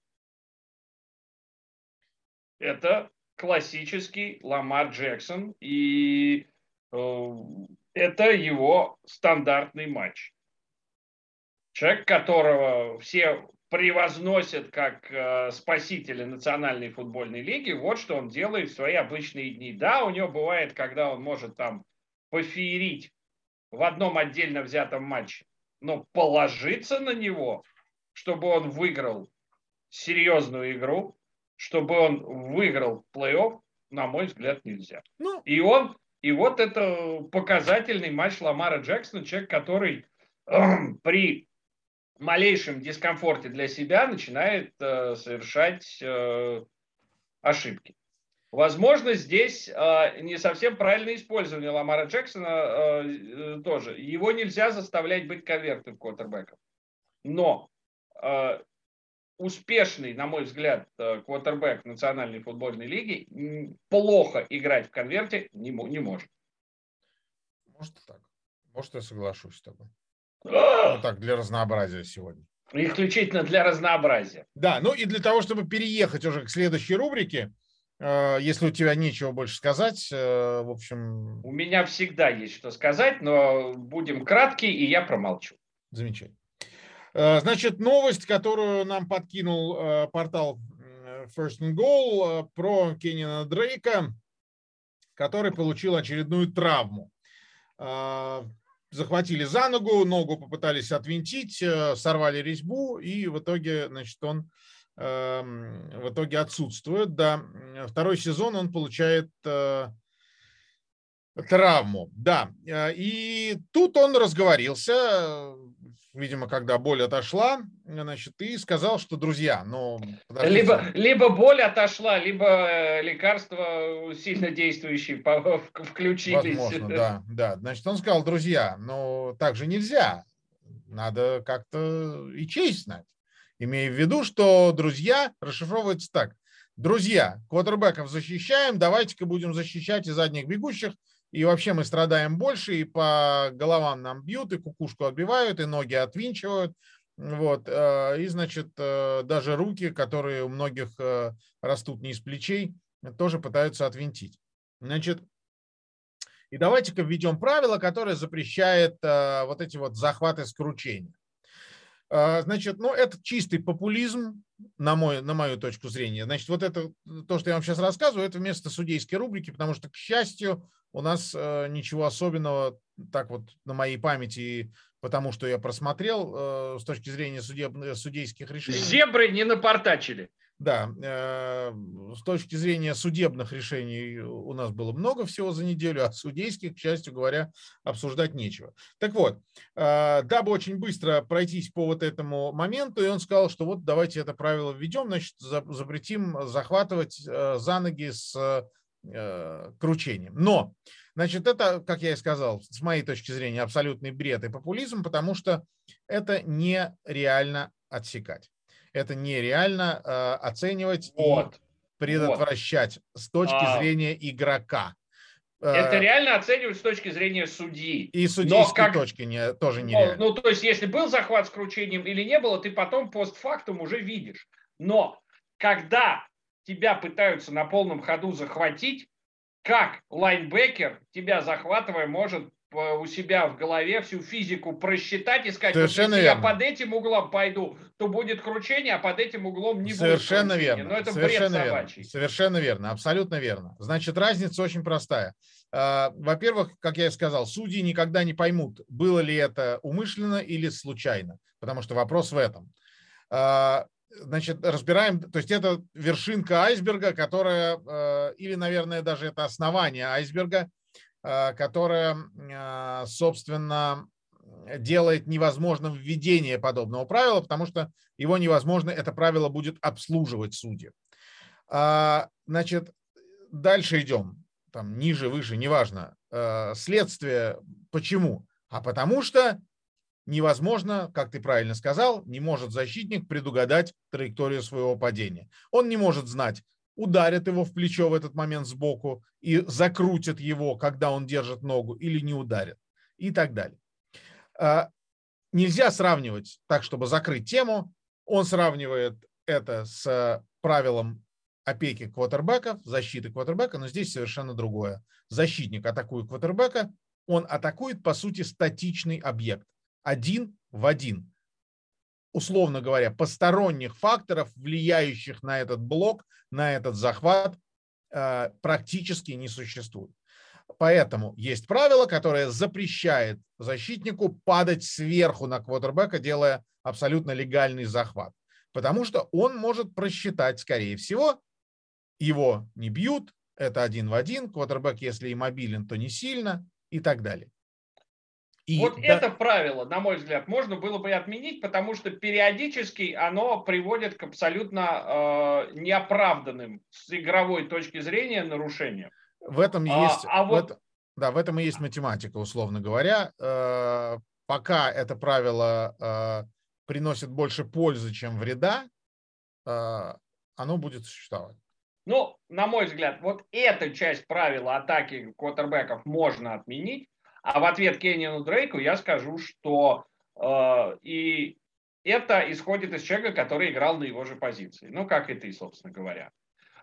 Это классический Ламар Джексон, и это его стандартный матч. Человек, которого все превозносят как спасителя Национальной футбольной лиги, вот что он делает в свои обычные дни. Да, у него бывает, когда он может там пофеерить в одном отдельно взятом матче, но положиться на него, чтобы он выиграл серьезную игру, чтобы он выиграл плей-офф, на мой взгляд, нельзя. И вот это показательный матч Ламара Джексона, человек, который при малейшем дискомфорте для себя начинает совершать ошибки. Возможно, здесь не совсем правильное использование Ламара Джексона тоже. Его нельзя заставлять быть конвертным квотербэком. Но успешный, на мой взгляд, квотербэк Национальной футбольной лиги плохо играть в конверте не может. Может и так. Может, я соглашусь с тобой. Ну так, для разнообразия сегодня. Исключительно для разнообразия. Да, ну и для того, чтобы переехать уже к следующей рубрике, если у тебя нечего больше сказать, в общем... У меня всегда есть что сказать, но будем кратки, и я промолчу. Замечательно. Значит, новость, которую нам подкинул портал First and Goal про Кеннина Дрейка, который получил очередную травму. Захватили за ногу попытались отвинтить, сорвали резьбу, и в итоге, значит, он в итоге отсутствует. Да. Второй сезон он получает травму. Да. И тут он разговорился. видимо, когда боль отошла, значит, и сказал, что, друзья, ну, подождите. Либо боль отошла, либо лекарства сильно действующие включились. Возможно, да, да. Значит, он сказал, друзья, ну, так же нельзя. Надо как-то и честь знать. Имея в виду, что друзья расшифровывается так. Друзья, квотербеков защищаем, давайте-ка будем защищать и задних бегущих. И вообще мы страдаем больше, и по головам нам бьют, и кукушку отбивают, и ноги отвинчивают. Вот. И, значит, даже руки, которые у многих растут не из плечей, тоже пытаются отвинтить. Значит, и давайте-ка введем правило, которое запрещает вот эти вот захваты скручения. Значит, ну, это чистый популизм, на мою точку зрения. Значит, вот это, то, что я вам сейчас рассказываю, это вместо судейской рубрики, потому что, к счастью, у нас ничего особенного, так вот, на моей памяти, потому что я просмотрел с точки зрения судейских решений. Зебры не напортачили. Да, с точки зрения судебных решений у нас было много всего за неделю, а судейских, к счастью говоря, обсуждать нечего. Так вот, дабы очень быстро пройтись по вот этому моменту, и он сказал, что вот давайте это правило введем, значит, запретим захватывать за ноги с кручением. Но, значит, это, как я и сказал, с моей точки зрения, абсолютный бред и популизм, потому что это нереально отсекать. Это нереально оценивать и предотвращать с точки зрения игрока. Это реально оценивать с точки зрения судьи. И судейской точки тоже нереально. Ну, то есть, если был захват с кручением или не было, ты потом постфактум уже видишь. Но когда тебя пытаются на полном ходу захватить, как лайнбекер, тебя захватывая, может у себя в голове всю физику просчитать и сказать, вот если я под этим углом пойду, то будет кручение, а под этим углом не будет кручения. Верно. Но это бред собачий. Совершенно верно, абсолютно верно. Значит, разница очень простая. Во-первых, как я и сказал, судьи никогда не поймут, было ли это умышленно или случайно, потому что вопрос в этом. Значит, разбираем, то есть это вершинка айсберга, которая, или, наверное, даже это основание айсберга, которое, собственно, делает невозможным введение подобного правила, потому что его невозможно, это правило будет обслуживать судьи. Значит, дальше идем, там ниже, выше, неважно. Следствие почему? А потому что невозможно, как ты правильно сказал, не может защитник предугадать траекторию своего падения. Он не может знать, ударят его в плечо в этот момент сбоку и закрутят его, когда он держит ногу, или не ударят, и так далее. Нельзя сравнивать так, чтобы закрыть тему. Он сравнивает это с правилом опеки квотербеков, защиты квотербека, но здесь совершенно другое. Защитник атакует квотербека, он атакует, по сути, статичный объект. Один в один. Условно говоря, посторонних факторов, влияющих на этот блок, на этот захват, практически не существует. Поэтому есть правило, которое запрещает защитнику падать сверху на квотербека, делая абсолютно легальный захват. Потому что он может просчитать, скорее всего, его не бьют, это один в один, квотербек, если и мобилен, то не сильно, и так далее. И вот это правило, на мой взгляд, можно было бы отменить, потому что периодически оно приводит к абсолютно неоправданным с игровой точки зрения нарушениям. В этом есть, в этом и есть математика, условно говоря. Пока это правило приносит больше пользы, чем вреда, оно будет существовать. Ну, на мой взгляд, вот эту часть правила атаки квотербеков можно отменить. А в ответ Кенниану Дрейку я скажу, что и это исходит из человека, который играл на его же позиции. Ну, как и ты, собственно говоря.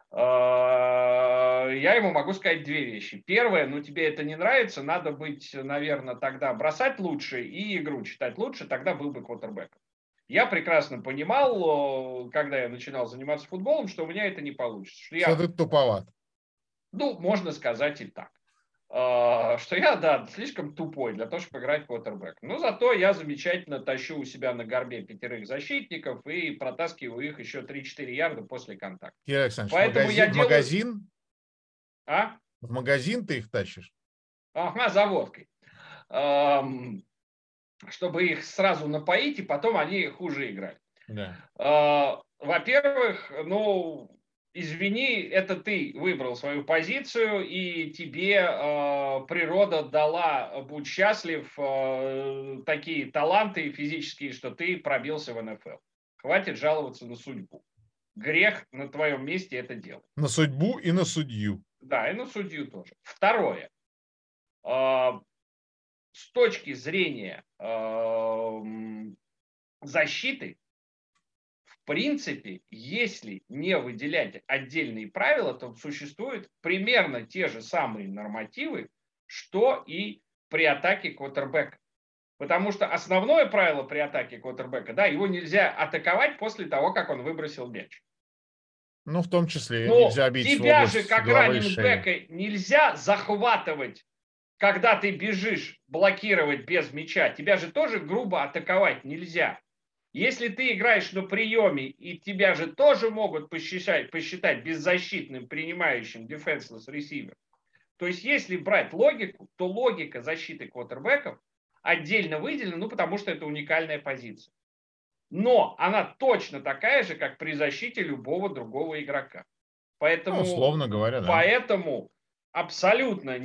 Я ему могу сказать две вещи. Первое, ну тебе это не нравится, надо быть, наверное, тогда бросать лучше и игру читать лучше, тогда был бы квотербеком. Я прекрасно понимал, когда я начинал заниматься футболом, что у меня это не получится. Что ты туповат. Ну, можно сказать и так. Что я, да, слишком тупой для того, чтобы играть квотербэк. Но зато я замечательно тащу у себя на горбе 5 защитников и протаскиваю их еще 3-4 ярда после контакта. Кирилл Александрович, поэтому я делаю... магазин? А? В магазин ты их тащишь? Ага, за водкой. чтобы их сразу напоить, и потом они хуже играли. Да. Во-первых, ну, извини, это ты выбрал свою позицию, и тебе природа дала, будь счастлив, такие таланты физические, что ты пробился в НФЛ. Хватит жаловаться на судьбу. Грех на твоем месте это делать. На судьбу и на судью. Да, и на судью тоже. Второе. С точки зрения защиты, в принципе, если не выделять отдельные правила, то существуют примерно те же самые нормативы, что и при атаке квотербека. Потому что основное правило при атаке квотербека, да, его нельзя атаковать после того, как он выбросил мяч. Ну, в том числе, Но нельзя бить в тебя же, область как головы и шеи. раннингбека, нельзя захватывать, когда ты бежишь, блокировать без мяча. Тебя же тоже грубо атаковать нельзя. Если ты играешь на приеме, и тебя же тоже могут посчитать беззащитным, принимающим defenseless receiver. То есть, если брать логику, то логика защиты квотербеков отдельно выделена, ну, потому что это уникальная позиция. Но она точно такая же, как при защите любого другого игрока. Ну, условно говоря, да. Поэтому абсолютно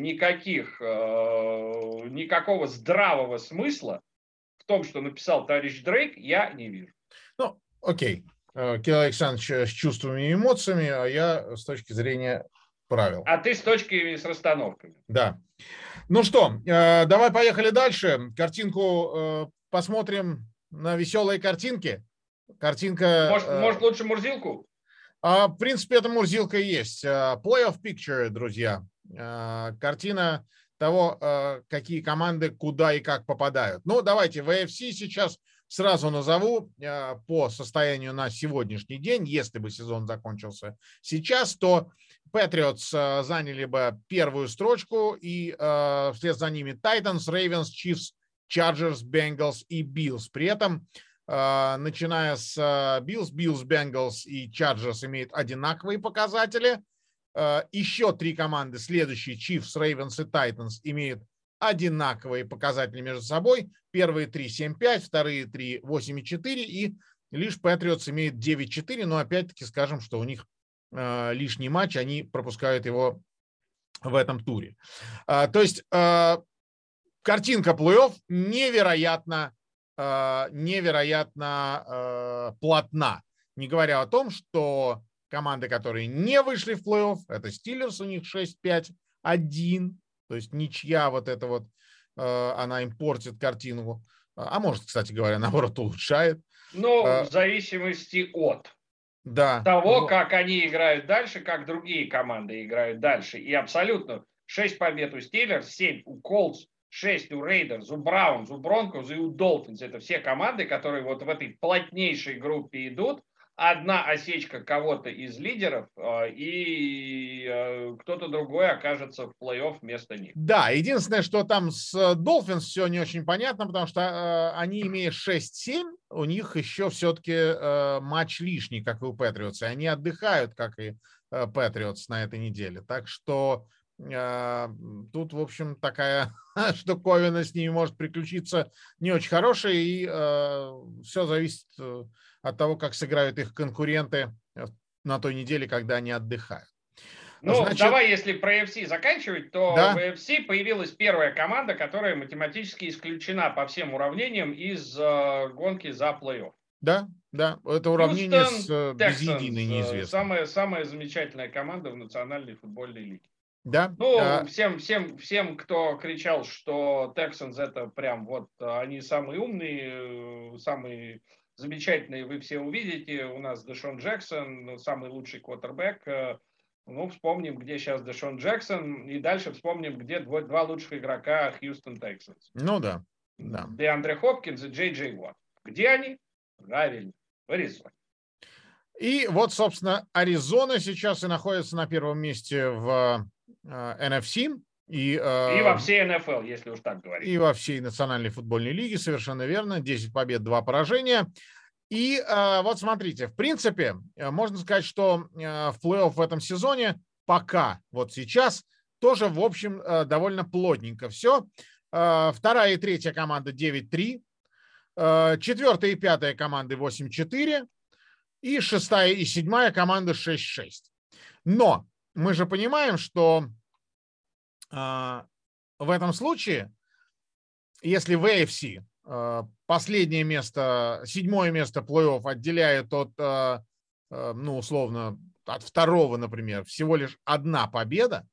никакого здравого смысла в том, что написал товарищ Дрейк, я не вижу. Ну, окей. Кирилл Александрович с чувствами и эмоциями, а я с точки зрения правил. А ты с расстановками. Да. Ну что, давай поехали дальше. Картинку посмотрим на веселые картинки. Картинка... Может лучше Мурзилку? В принципе, это Мурзилка и есть. Playoff Picture, друзья. Картина того, какие команды куда и как попадают. Ну, давайте в AFC сейчас сразу назову по состоянию на сегодняшний день. Если бы сезон закончился сейчас, то Patriots заняли бы первую строчку, и вслед за ними Titans, Ravens, Chiefs, Chargers, Bengals и Bills. При этом начиная с Bills, Bengals и Chargers имеют одинаковые показатели. Еще три команды, следующие Chiefs, Ravens и Titans, имеют одинаковые показатели между собой. Первые три 7-5, вторые три 8-4, и лишь Patriots имеет 9-4, но опять-таки скажем, что у них лишний матч, они пропускают его в этом туре. То есть картинка плей-офф невероятно плотна. Не говоря о том, что команды, которые не вышли в плей-офф, это Steelers, у них 6-5-1, то есть ничья вот эта вот, она им портит картину, а может, кстати говоря, наоборот, улучшает. Ну, в зависимости от того, как они играют дальше, как другие команды играют дальше. И абсолютно 6 побед у Steelers, 7 у Colts, 6 у Рейдерс, у Браунс, у Бронкос и у Долфинс. Это все команды, которые вот в этой плотнейшей группе идут. Одна осечка кого-то из лидеров, и кто-то другой окажется в плей-офф вместо них. Да, единственное, что там с Долфинс все не очень понятно, потому что они, имея 6-7, у них еще все-таки матч лишний, как и у Патриотс. И они отдыхают, как и Патриотс на этой неделе. Так что тут, в общем, такая штуковина с ними может приключиться не очень хорошая, и все зависит от того, как сыграют их конкуренты на той неделе, когда они отдыхают. Ну, значит, давай, если про AFC заканчивать, то да. В AFC появилась первая команда, которая математически исключена по всем уравнениям из гонки за плей-офф. Да, да, это уравнение с безъединой неизвестной. Самая замечательная команда в Национальной футбольной лиге. Да. Ну, всем, кто кричал, что Texans это прям вот они самые умные, самые замечательные, вы все увидите. У нас Дэшон Джексон, самый лучший квотербек. Ну, вспомним, где сейчас Дэшон Джексон, и дальше вспомним, где два лучших игрока Хьюстон Texans. Ну да. Деандре Хопкинс и Джей Джей Уотт. Где они? Правильно, в Аризоне. И вот, собственно, Аризона сейчас и находится на первом месте в NFC. И во всей НФЛ, если уж так говорить. И во всей Национальной футбольной лиге, совершенно верно. 10 побед, 2 поражения. И вот смотрите, в принципе, можно сказать, что в плей-офф в этом сезоне пока, вот сейчас, тоже, в общем, довольно плотненько все. Вторая и третья команда 9-3. Четвертая и пятая команды 8-4. И шестая и седьмая команда 6-6. Но мы же понимаем, что в этом случае, если в AFC последнее место, седьмое место плей-офф отделяет от, ну, условно, от второго, например, всего лишь одна победа,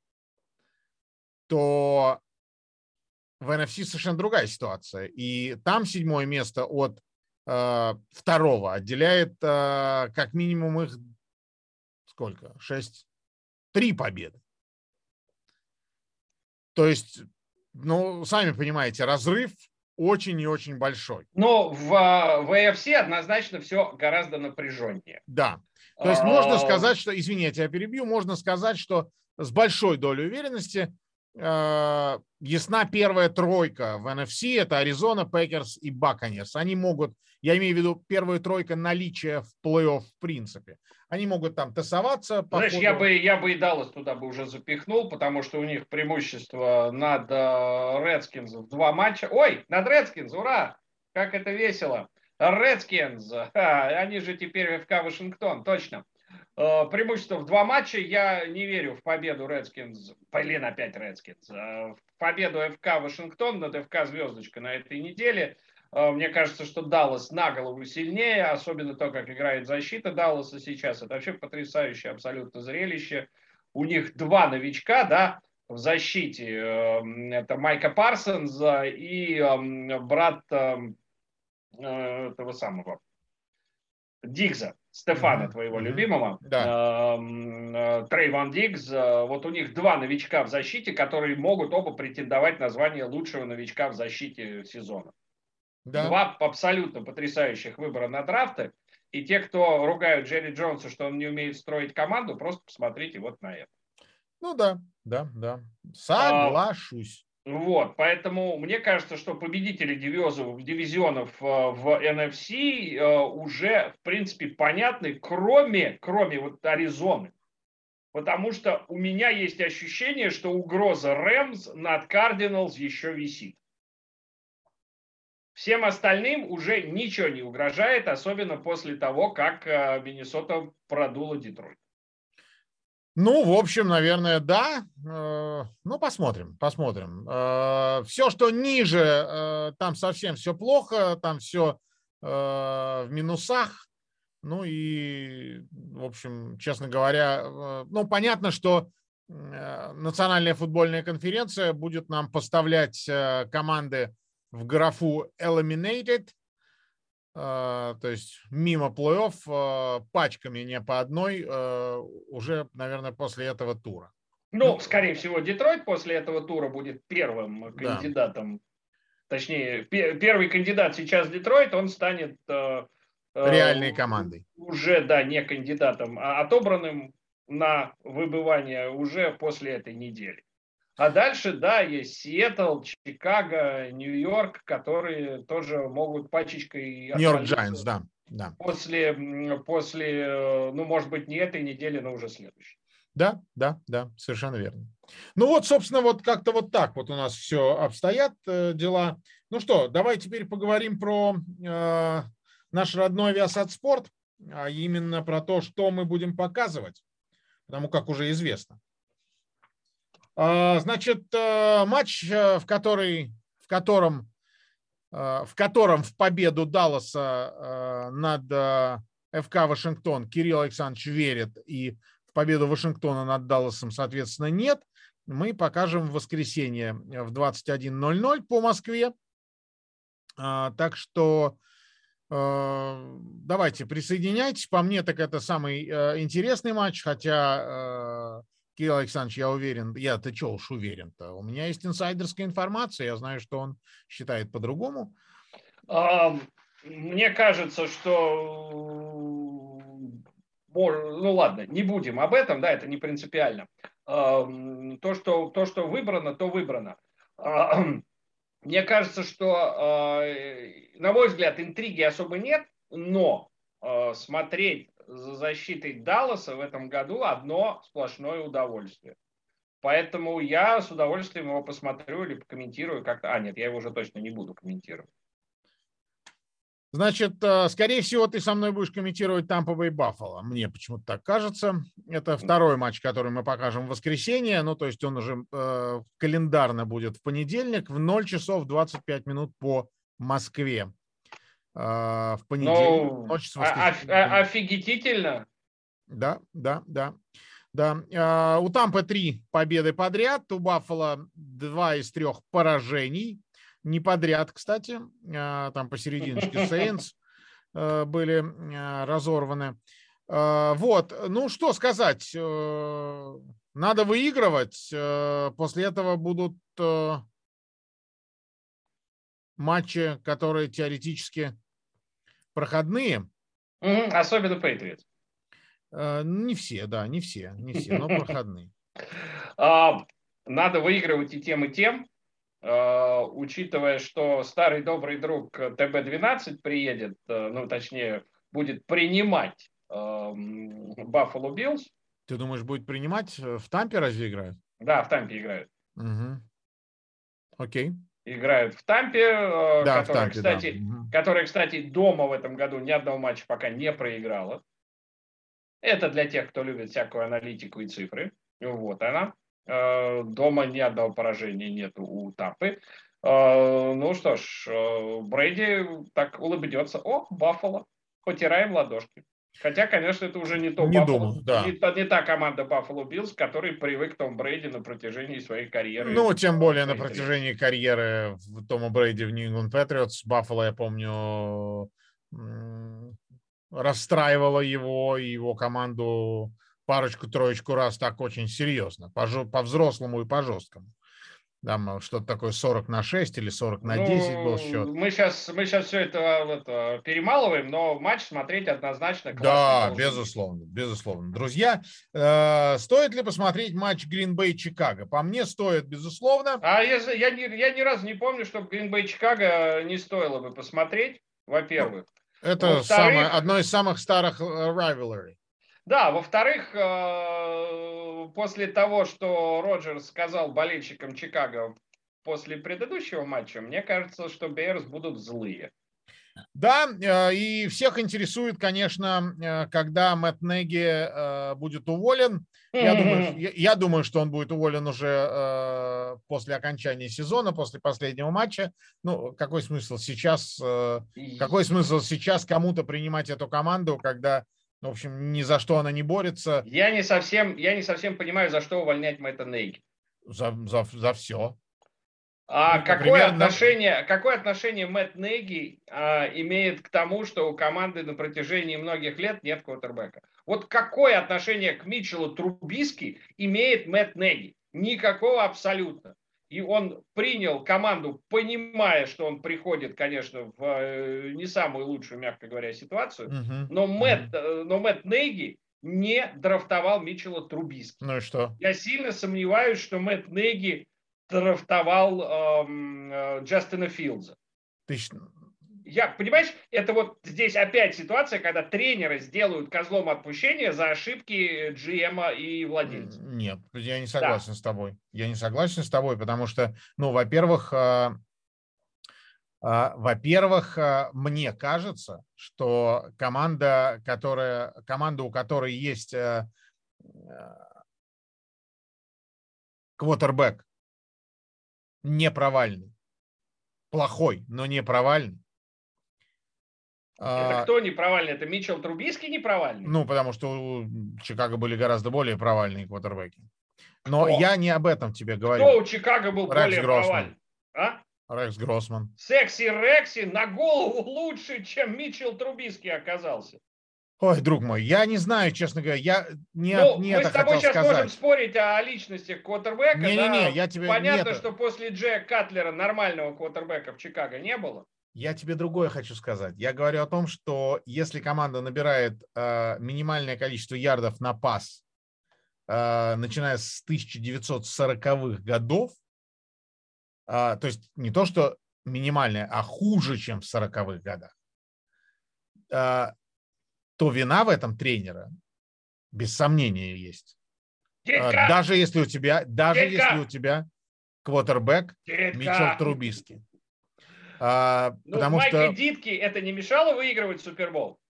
то в NFC совершенно другая ситуация. И там седьмое место от второго отделяет как минимум их сколько? 3 победы. То есть, ну, сами понимаете, разрыв очень и очень большой. Но в AFC однозначно все гораздо напряженнее. Да. То есть можно сказать, что, извините, я перебью, можно сказать, что с большой долей уверенности ясна первая тройка в NFC. Это Аризона, Пекерс и Баконерс. Они могут, я имею в виду первая тройка наличия в плей-офф в принципе. Они могут там тасоваться. Знаешь, я бы и Даллас туда бы уже запихнул, потому что у них преимущество над Редскинс в 2 матча. Ой, над Редскинс, ура! Как это весело. Редскинс, они же теперь ФК Вашингтон, точно. Преимущество в 2 матча. Я не верю в победу Редскинс. Блин, опять Редскинс. В победу ФК Вашингтон над ФК Звездочка на этой неделе. Мне кажется, что Даллас на голову сильнее, особенно то, как играет защита Далласа сейчас. Это вообще потрясающее абсолютно зрелище. У них 2 новичка, да, в защите. Это Майка Парсонс и брат этого самого Диггза, Стефана, твоего любимого, да. Трейвон Диггз. Вот у них 2 новичка в защите, которые могут оба претендовать на звание лучшего новичка в защите сезона. Да. 2 абсолютно потрясающих выбора на драфты. И те, кто ругают Джерри Джонса, что он не умеет строить команду, просто посмотрите вот на это. Ну да. Соглашусь. Вот, поэтому мне кажется, что победители дивизионов в NFC уже, в принципе, понятны, кроме вот Аризоны. Потому что у меня есть ощущение, что угроза Рэмс над Кардиналс еще висит. Всем остальным уже ничего не угрожает, особенно после того, как Миннесота продула Детройт. Ну, в общем, наверное, да. Ну, посмотрим. Все, что ниже, там совсем все плохо, там все в минусах. Ну и, в общем, честно говоря, ну, понятно, что Национальная футбольная конференция будет нам поставлять команды в графу Eliminated, то есть мимо плей-офф пачками, не по одной, уже, наверное, после этого тура. Ну, скорее всего, Детройт после этого тура будет первым кандидатом. Да. Точнее, первый кандидат сейчас Детройт, он станет реальной командой. Уже, да, не кандидатом, а отобранным на выбывание уже после этой недели. А дальше, да, есть Сиэтл, Чикаго, Нью-Йорк, которые тоже могут пачечкой... Нью-Йорк Джайантс, да. После, ну, может быть, не этой недели, но уже следующей. Да, совершенно верно. Ну вот, собственно, вот как-то вот так вот у нас все обстоят дела. Ну что, давай теперь поговорим про наш родной Viasat Sport, а именно про то, что мы будем показывать, потому как уже известно. Значит, матч, в котором в победу Далласа над ФК Вашингтон Кирилл Александрович верит, и в победу Вашингтона над Далласом, соответственно, нет, мы покажем в воскресенье в 21:00 по Москве. Так что давайте присоединяйтесь. По мне, так это самый интересный матч, хотя... Кирилл Александрович, я уверен, я-то что уж уверен-то, у меня есть инсайдерская информация, я знаю, что он считает по-другому. Мне кажется, что, ну ладно, не будем об этом, да, это не принципиально. То, что выбрано, то выбрано. Мне кажется, что, на мой взгляд, интриги особо нет, но смотреть за защитой Далласа в этом году одно сплошное удовольствие. Поэтому я с удовольствием его посмотрю или покомментирую как-то. Нет, я его уже точно не буду комментировать. Значит, скорее всего, ты со мной будешь комментировать Тампа Бэй Баффало. Мне почему-то так кажется. Это второй матч, который мы покажем в воскресенье. Ну, то есть он уже календарно будет в понедельник в 0 часов 25 минут по Москве. В понедельник. Ну, офигительно. Да. У Тампы 3 победы подряд, у Баффало 2 из 3 поражений. Не подряд, кстати. Там посерединочке Сейнтс были разорваны. Вот. Ну, что сказать. Надо выигрывать. После этого будут матчи, которые теоретически проходные. Особенно Патриотс. Не все, но проходные. Надо выигрывать и тем, учитывая, что старый добрый друг ТБ-12 приедет, ну, точнее, будет принимать Buffalo Bills. Ты думаешь, будет принимать? В Тампе разве играют? Да, в Тампе играют. Угу. Окей. Играют в Тампе, да, которая, кстати, дома в этом году ни одного матча пока не проиграла. Это для тех, кто любит всякую аналитику и цифры. Вот она. Дома ни одного поражения нету у Тампы. Ну что ж, Брэди так улыбнется. О, Баффало. Потираем ладошки. Хотя, конечно, это уже не то Баффало. Не та команда Buffalo Bills, который привык Том Брэди на протяжении своей карьеры. Ну, тем более на протяжении карьеры Тома Брэди в New England Patriots. Баффало, я помню, расстраивала его и его команду парочку-троечку раз так очень серьезно, по-взрослому и по-жесткому. Там что-то такое 40-6 или 40-10 был счет. Мы сейчас все это перемалываем, но матч смотреть однозначно классный. Да, безусловно. Друзья, стоит ли посмотреть матч Green Bay-Чикаго? По мне стоит, безусловно. Я ни разу не помню, чтобы Green Bay-Чикаго не стоило бы посмотреть, во-первых. Это одно из самых старых rivalry. Да, во-вторых, после того, что Роджерс сказал болельщикам Чикаго после предыдущего матча, мне кажется, что Бейерс будут злые. Да, и всех интересует, конечно, когда Мэтт Неги будет уволен. Я думаю, что он будет уволен уже после окончания сезона, после последнего матча. Ну, какой смысл сейчас кому-то принимать эту команду, когда, в общем, ни за что она не борется? Я не совсем понимаю, за что увольнять Мэтта Неги. За все. Какое отношение Мэтт Неги имеет к тому, что у команды на протяжении многих лет нет квотербека? Вот какое отношение к Митчеллу Трубиски имеет Мэтт Неги? Никакого абсолютно. И он принял команду, понимая, что он приходит, конечно, в не самую лучшую, мягко говоря, ситуацию. Но Мэтт Неги не драфтовал Митчелла Трубиски. Ну и что? Я сильно сомневаюсь, что Мэтт Неги драфтовал Джастина Филдза. Понимаешь, это вот здесь опять ситуация, когда тренеры сделают козлом отпущения за ошибки GM и владельца. Нет, я не согласен с тобой. Я не согласен с тобой, потому что, ну, во-первых, мне кажется, что команда, у которой есть квотербек, не провальный. Плохой, но не провальный. Это кто не провальный? Это Митчелл Трубиски не провальный? Ну, потому что у Чикаго были гораздо более провальные квотербеки. Но я не об этом тебе говорю. Кто у Чикаго был более провальный? Рекс Гроссман. Секси Рекси на голову лучше, чем Митчелл Трубиски оказался. Ой, друг мой, я не знаю, честно говоря, мы с тобой сейчас можем спорить о личностях квотербека. Понятно, что после Джея Катлера нормального квотербека в Чикаго не было. Я тебе другое хочу сказать. Я говорю о том, что если команда набирает минимальное количество ярдов на пас, начиная с 1940-х годов, то есть не то, что минимальное, а хуже, чем в 40-х годах, то вина в этом тренера без сомнения есть. Даже если у тебя квотербек Митчелл Трубиски. Потому Майка Дитки это не мешало выигрывать Супербол?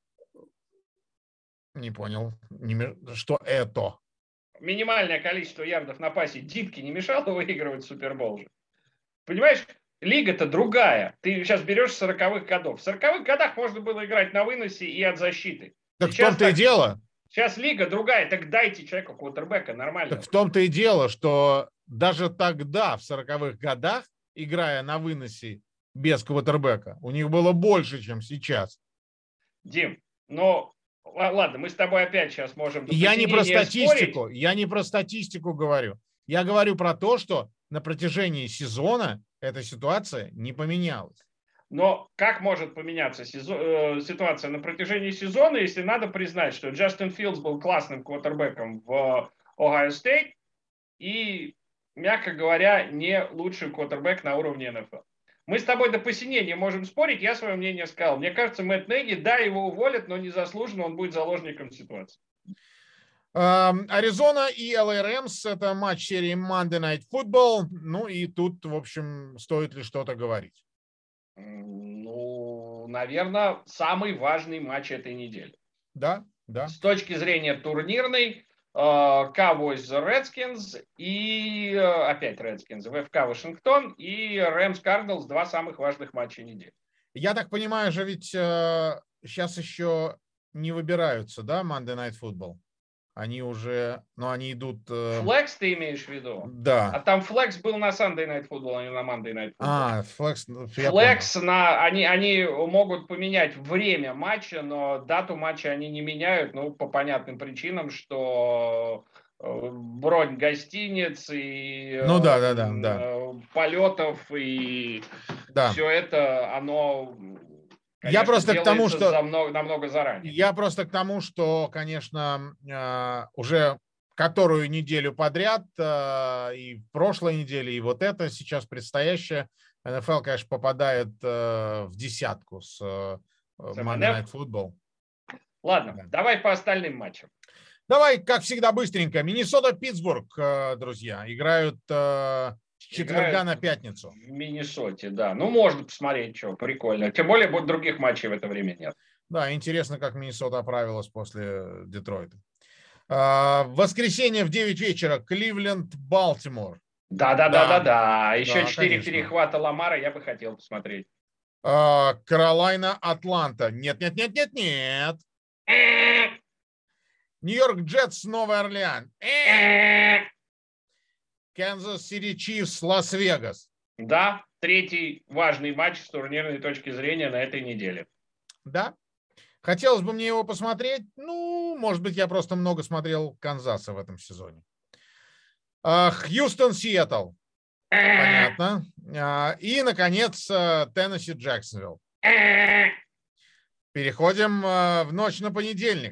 Не понял. Что это? Минимальное количество ярдов на пасе Дитки не мешало выигрывать Супербол же. Понимаешь, лига-то другая. Ты сейчас берешь с 40-х годов. В 40-х годах можно было играть на выносе и от защиты. Так сейчас в том-то и дело. Сейчас лига другая. Так дайте человеку квотербека нормально. Так в том-то и дело, что даже тогда, в 40-х годах, играя на выносе без квотербека, у них было больше, чем сейчас. Дим, но ладно, мы с тобой опять сейчас можем... Я не про статистику говорю. Я говорю про то, что на протяжении сезона эта ситуация не поменялась. Но как может поменяться ситуация на протяжении сезона, если надо признать, что Джастин Филдс был классным квотербеком в Ohio State и, мягко говоря, не лучший квотербек на уровне НФЛ. Мы с тобой до посинения можем спорить, я свое мнение сказал. Мне кажется, Мэтт Неги, да, его уволят, но незаслуженно он будет заложником ситуации. Аризона и LA Rams – это матч серии Monday Night Football. Ну и тут, в общем, стоит ли что-то говорить? Ну, наверное, самый важный матч этой недели. Да, да. С точки зрения турнирной, Cowboys Redskins и опять Redskins, ВФК Вашингтон и Rams Cardinals, два самых важных матча недели. Я так понимаю, же ведь сейчас еще не выбираются, да, Monday Night Football? Они уже, ну, они идут... Флекс ты имеешь в виду? Да. А там флекс был на Sunday Night Football, а не на Monday Night Football. Флекс. Флекс, они могут поменять время матча, но дату матча они не меняют, ну, по понятным причинам, что бронь гостиниц и полетов и все это, оно... Конечно, я просто к тому, что намного заранее. Я просто к тому, что, конечно, уже которую неделю подряд, и в прошлой неделе, и вот это сейчас предстоящее, НФЛ, конечно, попадает в десятку с Monday Night Football. Ладно, давай по остальным матчам. Давай, как всегда, быстренько. Миннесота-Питтсбург, друзья, играют с четверга на пятницу. В Миннесоте, да. Ну, можно посмотреть, что прикольно. Тем более, других матчей в это время нет. Да, интересно, как Миннесота оправилась после Детройта. В воскресенье в 9 вечера Кливленд-Балтимор. Да. Еще 4 перехвата Ламара я бы хотел посмотреть. Каролайна-Атланта. Нет. Нью-Йорк Джетс, Новый Орлеан. Канзас-Сити Чифс, Лас-Вегас. Да, третий важный матч с турнирной точки зрения на этой неделе. Да. Хотелось бы мне его посмотреть. Ну, может быть, я просто много смотрел Канзаса в этом сезоне. Хьюстон-Сиэтл. Понятно. И, наконец, Теннесси-Джексонвилл. Переходим в ночь на понедельник.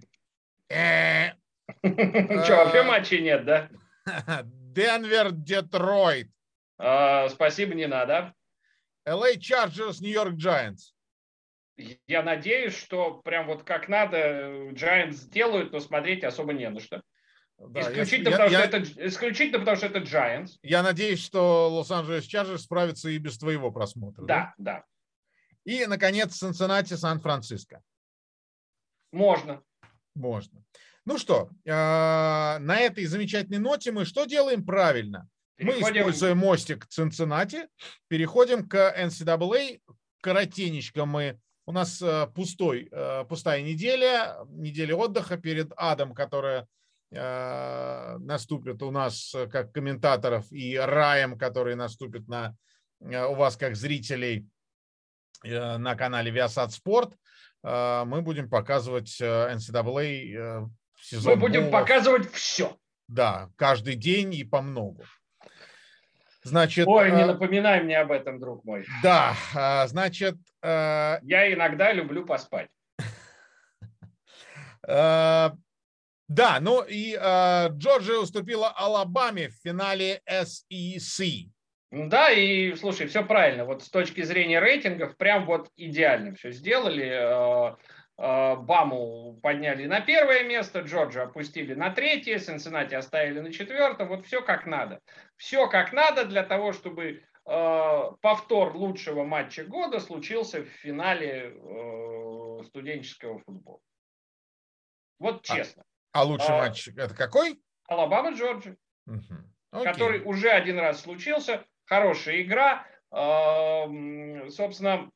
Что, вообще матчей нет, да? Денвер-Детройт. Спасибо, не надо. LA Chargers, Нью-Йорк Giants. Я надеюсь, что прям вот как надо Giants сделают, но смотреть особо не на что. Да, исключительно потому, что это Giants. Я надеюсь, что Лос-Анджелес Чарджерс справится и без твоего просмотра. Да. И, наконец, Цинциннати, Сан-Франциско. Можно. Ну что, на этой замечательной ноте мы что делаем правильно? Мы используем мостик Цинциннати, переходим к NCAA. Коротенечко у нас пустая неделя отдыха перед адом, которая наступит у нас как комментаторов, и раем, который наступит у вас как зрителей на канале Viasat Sport. Мы будем показывать NCAA сезон. Мы будем показывать все. Да, каждый день и по многу. Значит, ой, не напоминай мне об этом, друг мой. Да, значит... Я иногда люблю поспать. Да, ну и Джорджия уступила Алабаме в финале SEC. Да, и слушай, все правильно. Вот с точки зрения рейтингов, прям вот идеально все сделали. Баму подняли на первое место, Джорджию опустили на третье, Цинциннати оставили на четвертое. Вот все как надо. Все как надо для того, чтобы повтор лучшего матча года случился в финале студенческого футбола. Вот честно. А лучший матч это какой? Алабама-Джорджия, который уже один раз случился. Хорошая игра. Собственно,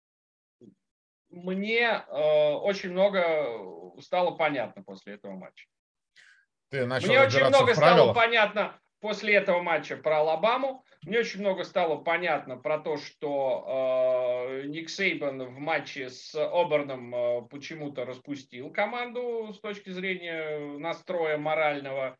мне очень много стало понятно после этого матча. Мне очень много стало понятно после этого матча про Алабаму. Мне очень много стало понятно про то, что Ник Сейбан в матче с Оберном почему-то распустил команду с точки зрения настроя морального.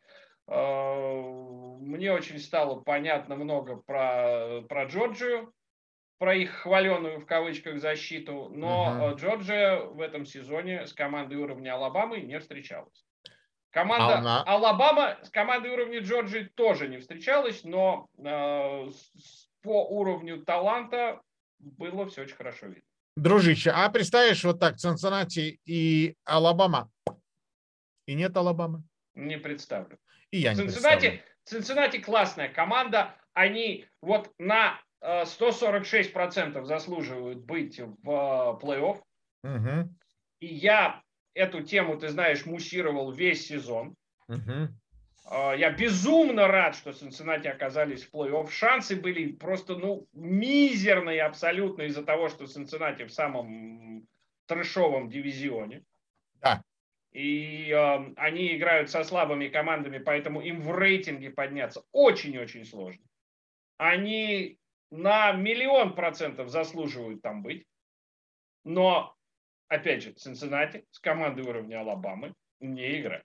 Мне очень стало понятно много про Джорджию, про их хваленую в кавычках защиту, но Джорджия в этом сезоне с командой уровня Алабамы не встречалась. Команда Алабама с командой уровня Джорджии тоже не встречалась, но по уровню таланта было все очень хорошо видно. Дружище, а представишь вот так Цинциннати и Алабама, и нет Алабамы? Не представлю. И я не представлю. Цинциннати классная команда, они вот на 146% заслуживают быть в плей-офф. И я эту тему, ты знаешь, муссировал весь сезон. Я безумно рад, что Цинциннати оказались в плей-офф. Шансы были просто мизерные абсолютно из-за того, что Цинциннати в самом трэшовом дивизионе. Да. И они играют со слабыми командами, поэтому им в рейтинге подняться очень-очень сложно. Они на 1000000% заслуживают там быть. Но, опять же, Цинциннати с командой уровня Алабамы не играет.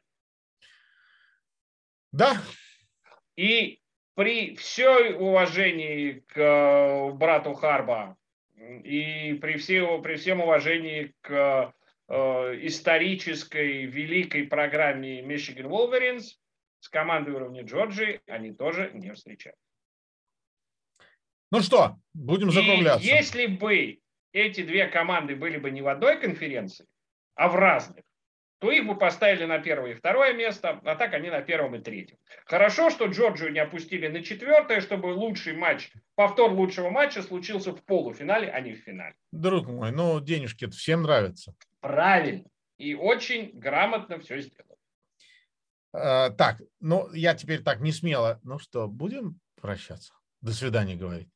Да. И при всем уважении к брату Харба и при всем уважении к исторической великой программе Michigan Wolverines с командой уровня Джорджии они тоже не встречаются. Ну что, будем закругляться. И если бы эти две команды были бы не в одной конференции, а в разных, то их бы поставили на первое и второе место, а так они на первом и третьем. Хорошо, что Джорджию не опустили на четвертое, чтобы лучший матч, повтор лучшего матча случился в полуфинале, а не в финале. Друг мой, денежки-то всем нравятся. Правильно. И очень грамотно все сделано. Так, я теперь так не смело. Ну что, будем прощаться? До свидания говорить.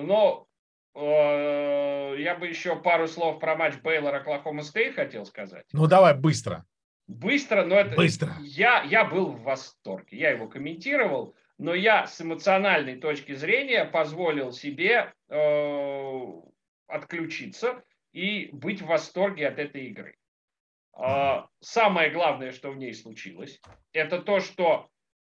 Я бы еще пару слов про матч Бейлор-Оклахома Стейт хотел сказать. Давай быстро. Быстро, но это... Быстро. Я был в восторге. Я его комментировал, но я с эмоциональной точки зрения позволил себе отключиться и быть в восторге от этой игры. Самое главное, что в ней случилось, это то, что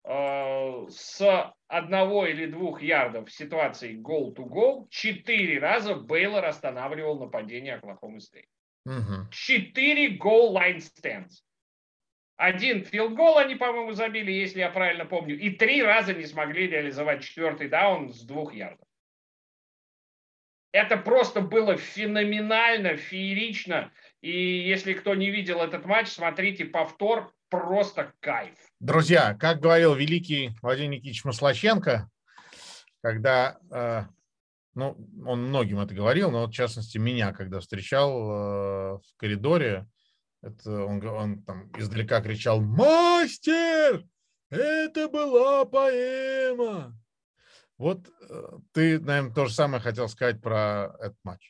с 1 или 2 ярдов в ситуации goal-to-goal 4 раза Бейлор останавливал нападение Оклахомы Стейт. 4 goal-line stands. 1 филд-гол они, по-моему, забили, если я правильно помню, и 3 раза не смогли реализовать 4-й даун с 2 ярдов. Это просто было феноменально, феерично. И если кто не видел этот матч, смотрите повтор, просто кайф. Друзья, как говорил великий Владимир Никитич Маслаченко, когда, он многим это говорил, но в частности меня, когда встречал в коридоре, он там издалека кричал: «Мастер, это была поэма!» Вот ты, наверное, то же самое хотел сказать про этот матч.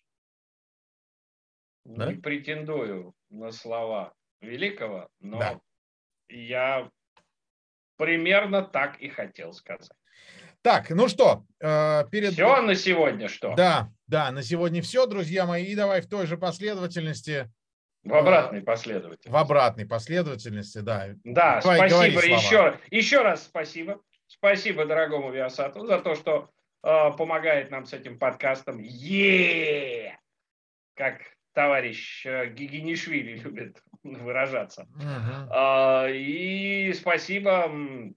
Не претендую на слова великого, но я примерно так и хотел сказать. Так, ну что, все на сегодня, что? Да, на сегодня все, друзья мои. И давай в той же последовательности. В обратной последовательности. В обратной последовательности, да. Да, спасибо еще раз спасибо. Спасибо дорогому Viasat за то, что помогает нам с этим подкастом. Как товарищ Гигинишвили любит выражаться. И спасибо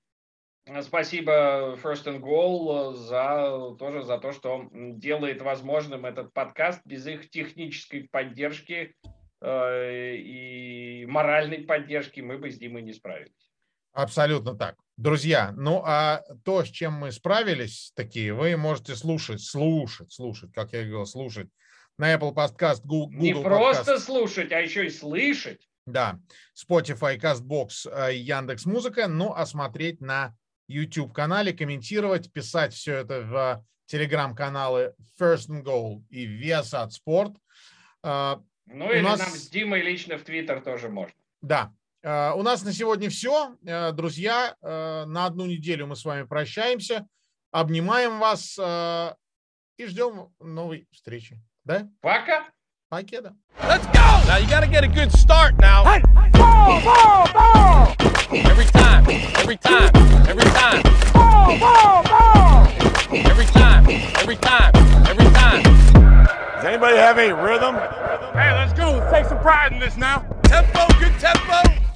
First and Goal за то, что делает возможным этот подкаст. Без их технической поддержки и моральной поддержки мы бы с Димой не справились. Абсолютно так. Друзья, ну а то, с чем мы справились, такие, вы можете слушать, как я говорил, слушать на Apple Podcast, Google Не просто слушать, а еще и слышать. Да, Spotify, CastBox, Яндекс.Музыка, ну а смотреть на YouTube-канале, комментировать, писать все это в телеграм-каналы First and Goal и Viasat Sport. Ну или нам с Димой лично в Твиттер тоже можно. Да. У нас на сегодня все. Друзья, на одну неделю мы с вами прощаемся. Обнимаем вас и ждем новой встречи. Да? Пока. Покеда. Let's go! Now you gotta get a good start now. Ball, ball, ball! Every time, every time, every time. Ball, ball, ball! Every time, every time, every time. Does anybody have any rhythm? Hey, let's go. Let's take some pride in this now. Tempo, good tempo.